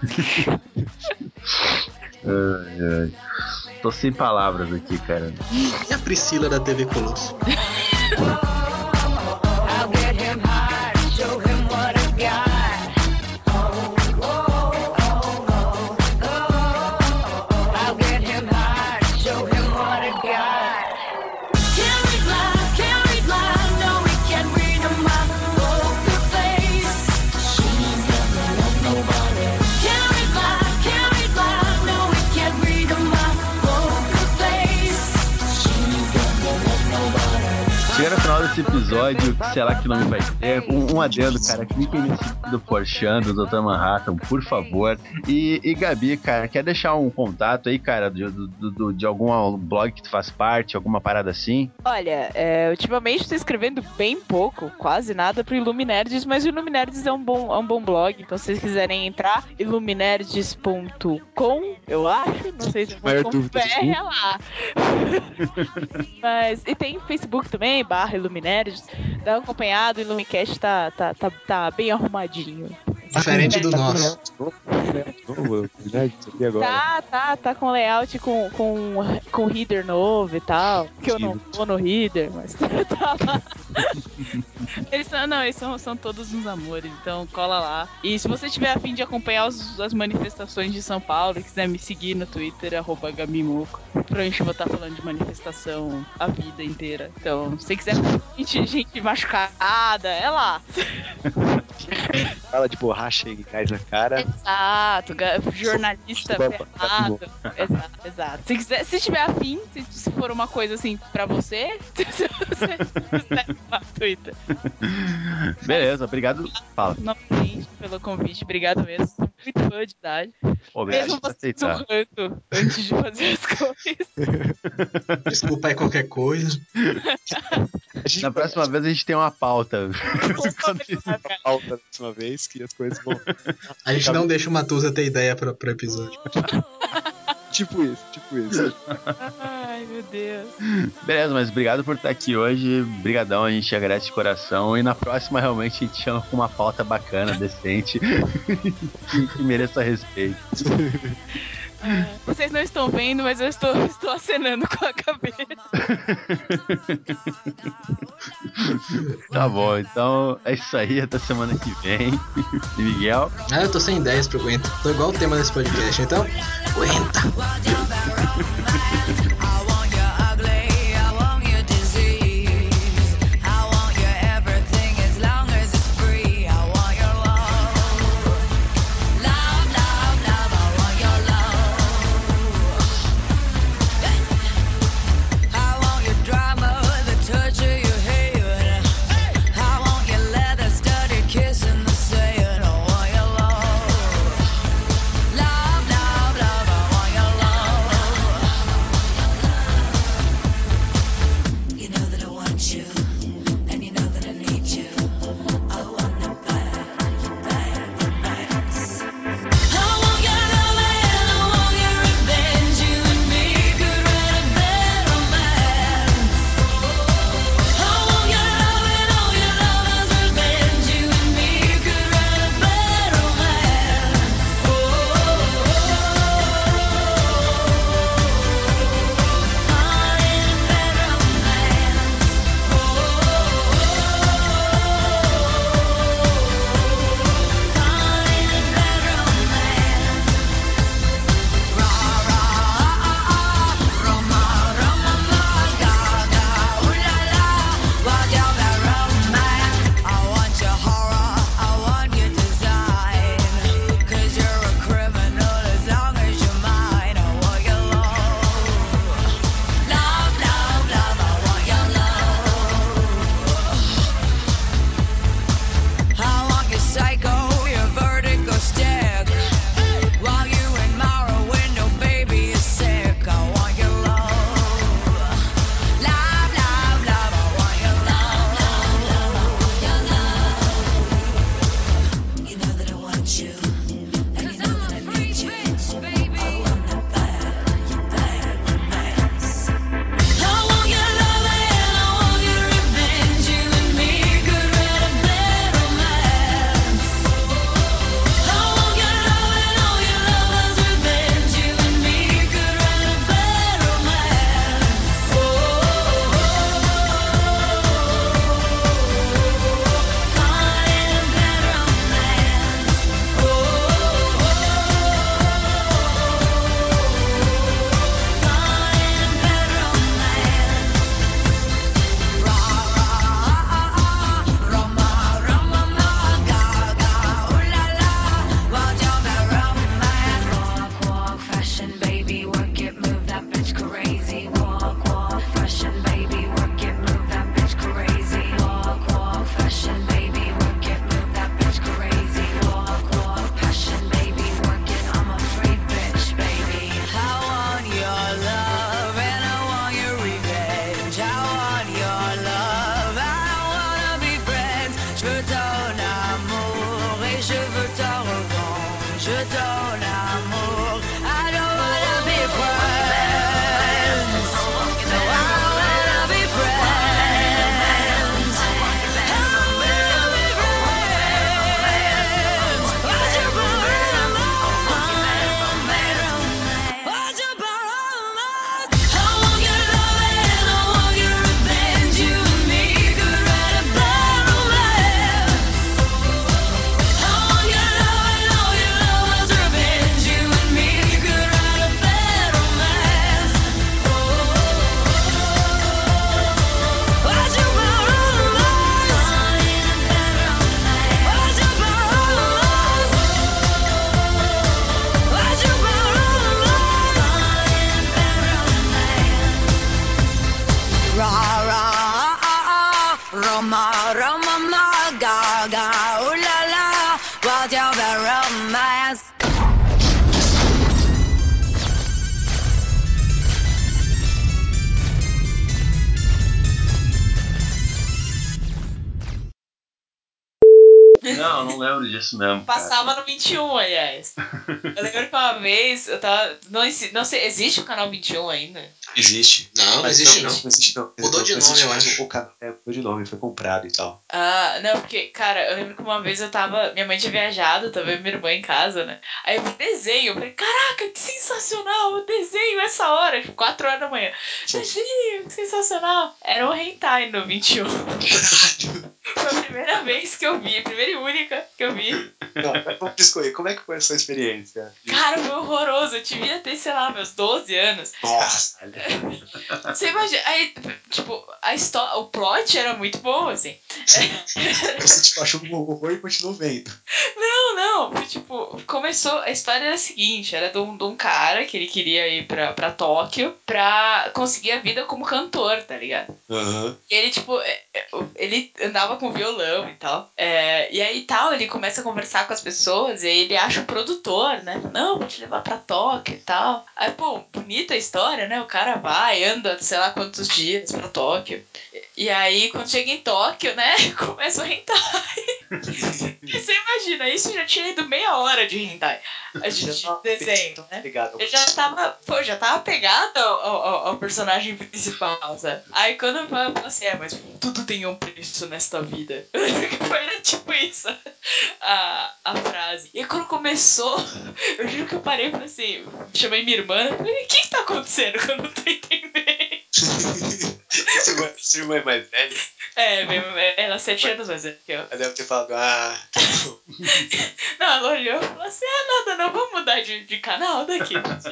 Ai, ai. Tô sem palavras aqui, cara. E a Priscila da T V Colosso? I'll get him high, show him what I got. Oh, oh, oh, oh, oh. I'll get him high, show him what I got. Can't read minds, can't read minds, no, we can't read a mind. Poker face, she's never loved nobody. Can't read minds, can't read minds, no, we can't read a mind. Poker face, she's never loved nobody. Chegando no final desse episódio, sei lá que nome vai ter, um, um adendo, cara, cliquem nesse do Porchan, do doutor Manhattan, por favor. E, e Gabi, cara, quer deixar um contato aí, cara, de, do, do, de algum blog que tu faz parte, alguma parada assim? Olha, é, ultimamente tô escrevendo bem pouco, quase nada pro Iluminerds, mas o Iluminerds é um bom, é um bom blog, então se vocês quiserem entrar, iluminerds ponto com, eu acho, não sei se é Maior ponto dúvida, .br, é lá. Mas, e tem Facebook também, barra Iluminerds, dá uma acompanhada, o Ilumicast tá, tá, tá, tá bem arrumadinho. Diferente do nosso. Novo, né? Aqui agora. Tá, tá, tá com layout com, com, com header novo e tal. Que eu não tô no header, mas tá lá. Eles são, não, eles são, são todos uns amores, então cola lá. E se você tiver a fim de acompanhar os, as manifestações de São Paulo e quiser me seguir no Twitter, arroba Gamimuco, provavelmente eu vou estar falando de manifestação a vida inteira. Então, se você quiser gente, gente machucada, é lá. Fala de borracha e gás na cara. Exato, ga- jornalista ferrado. Exato, exato. Se, quiser, se tiver afim, se, se for uma coisa assim pra você, você segue lá no Twitter. Beleza, obrigado. Fala. Novamente pelo convite, obrigado mesmo. Sou muito fã de idade. Obrigado Mesmo por você aceitar. surrando antes de fazer as coisas. Desculpa aí qualquer coisa. Na próxima vez a gente tem uma pauta. Pauta da próxima vez que as coisas vão. A gente não deixa o Matusa ter ideia pra, pro episódio. Tipo isso, tipo isso. Ai, meu Deus. Beleza, mas obrigado por estar aqui hoje. Brigadão, a gente agradece de coração. E na próxima, realmente, a gente chama com uma pauta bacana, decente, que, que mereça respeito. Ah, vocês não estão vendo, mas eu estou, estou acenando com a cabeça. Tá bom, então é isso aí. Até semana que vem. E Miguel? Ah, eu tô sem ideias pro Aguenta. Tô igual o tema desse podcast, então. Aguenta! I je donne l'amour. I don't wanna be friends. No, I don't wanna be friends. I don't wanna be friends. Why'd you borrow romance? Why'd you borrow romance? I want your love and I want your revenge. You and me could write a bad romance. I want your love and all your love's revenge. You and me could write a bad romance. Oh, why'd you borrow romance? Why'd you borrow romance? Why'd you borrow romance? Ra ra ah, Roma Roma ma ga ga ooh la la, what's your bad romance? Não, não lembro disso mesmo. Passava no vinte e um, aliás. Eu lembro que uma vez eu tava. Não, exi- não sei, existe o canal vinte e um ainda? Existe. Não, não Mas existe não, não. não existe não. Mudou de Não nome, existe eu mais acho. O, o canal é, mudou de nome, foi comprado e tal. Ah, não, porque, cara, eu lembro que uma vez eu tava. Minha mãe tinha viajado, tava eu e minha irmã em casa, né? Aí eu vi desenho, eu falei, caraca, que sensacional! O desenho essa hora, tipo, quatro horas da manhã. Desenho, que sensacional! Era um hentai no vinte e um. Foi a primeira vez que eu vi, a primeira e única que eu vi. Não, vamos discorrer. Como é que foi a sua experiência? Cara, foi horroroso. Eu devia ter, sei lá, meus doze anos. Nossa. Você imagina, aí, tipo, a história, o plot era muito bom, assim. Você tipo, achou um horror e continuou vendo. Não, não, foi, tipo, começou, a história era a seguinte, era de um, de um cara que ele queria ir pra, pra Tóquio pra conseguir a vida como cantor, tá ligado? Uhum. E ele, tipo, é, é, ele andava com violão e tal. É, e aí tal, ele começa a conversar com as pessoas e aí ele acha um produtor, né? Não, vou te levar pra Tóquio e tal. Aí, pô, bonita a história, né? O cara vai, anda, sei lá quantos dias pra Tóquio. E aí, quando chega em Tóquio, né? Começa o hentai. E você imagina, isso já tinha ido meia hora de hentai. A gente de desenho, né? Eu já tava, pô, já tava pegado ao, ao, ao personagem principal, sabe? Aí quando eu falo assim, é, mas tudo tem um preço nesta vida. Foi tipo isso a, a frase. E aí quando começou, eu juro que eu parei e falei assim, chamei minha irmã, falei, o que que tá acontecendo que eu não tô entendendo? Sua irmã, sua irmã é mais velha? É, ela é sete anos mais velha que eu. Ela deve ter falado, ah, tá bom. Não, ela olhou e falou assim, ah, nada, não, vamos mudar de, de canal daqui.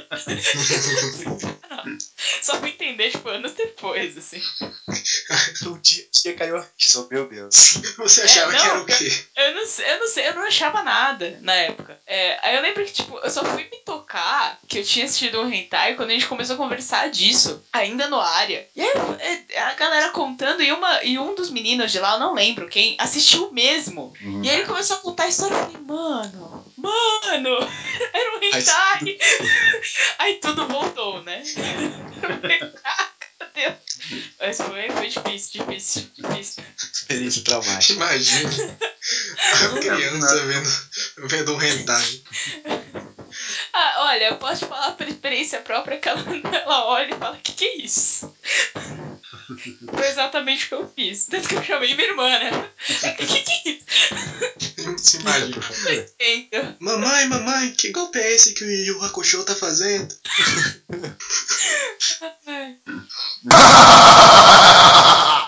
Só fui entender, tipo, anos depois, assim. Um dia, um dia caiu a ficha, meu Deus. Você achava É, não, que era o quê? Eu não, sei, eu não sei, eu não achava nada na época. É, aí eu lembro que, tipo, eu só fui me tocar que eu tinha assistido um hentai quando a gente começou a conversar disso, ainda no área. E aí é, a galera contando, e, uma, e um dos meninos de lá, eu não lembro quem, assistiu mesmo. Uhum. E aí ele começou a contar a história, eu falei, mano, mano, era um hentai. Aí, aí tudo voltou, né? Eu falei, caraca, Deus. Mas foi, foi difícil, difícil, difícil. Experiência traumática. Imagina. A criança vendo, vendo um hentai. Ah, olha, eu posso te falar por experiência própria que ela, ela olha e fala, que que é isso? Foi exatamente o que eu fiz. Tanto que eu chamei minha irmã, né? Que que é isso? Se imagina. Mamãe, mamãe, que golpe é esse que o Yu Hakusho tá fazendo?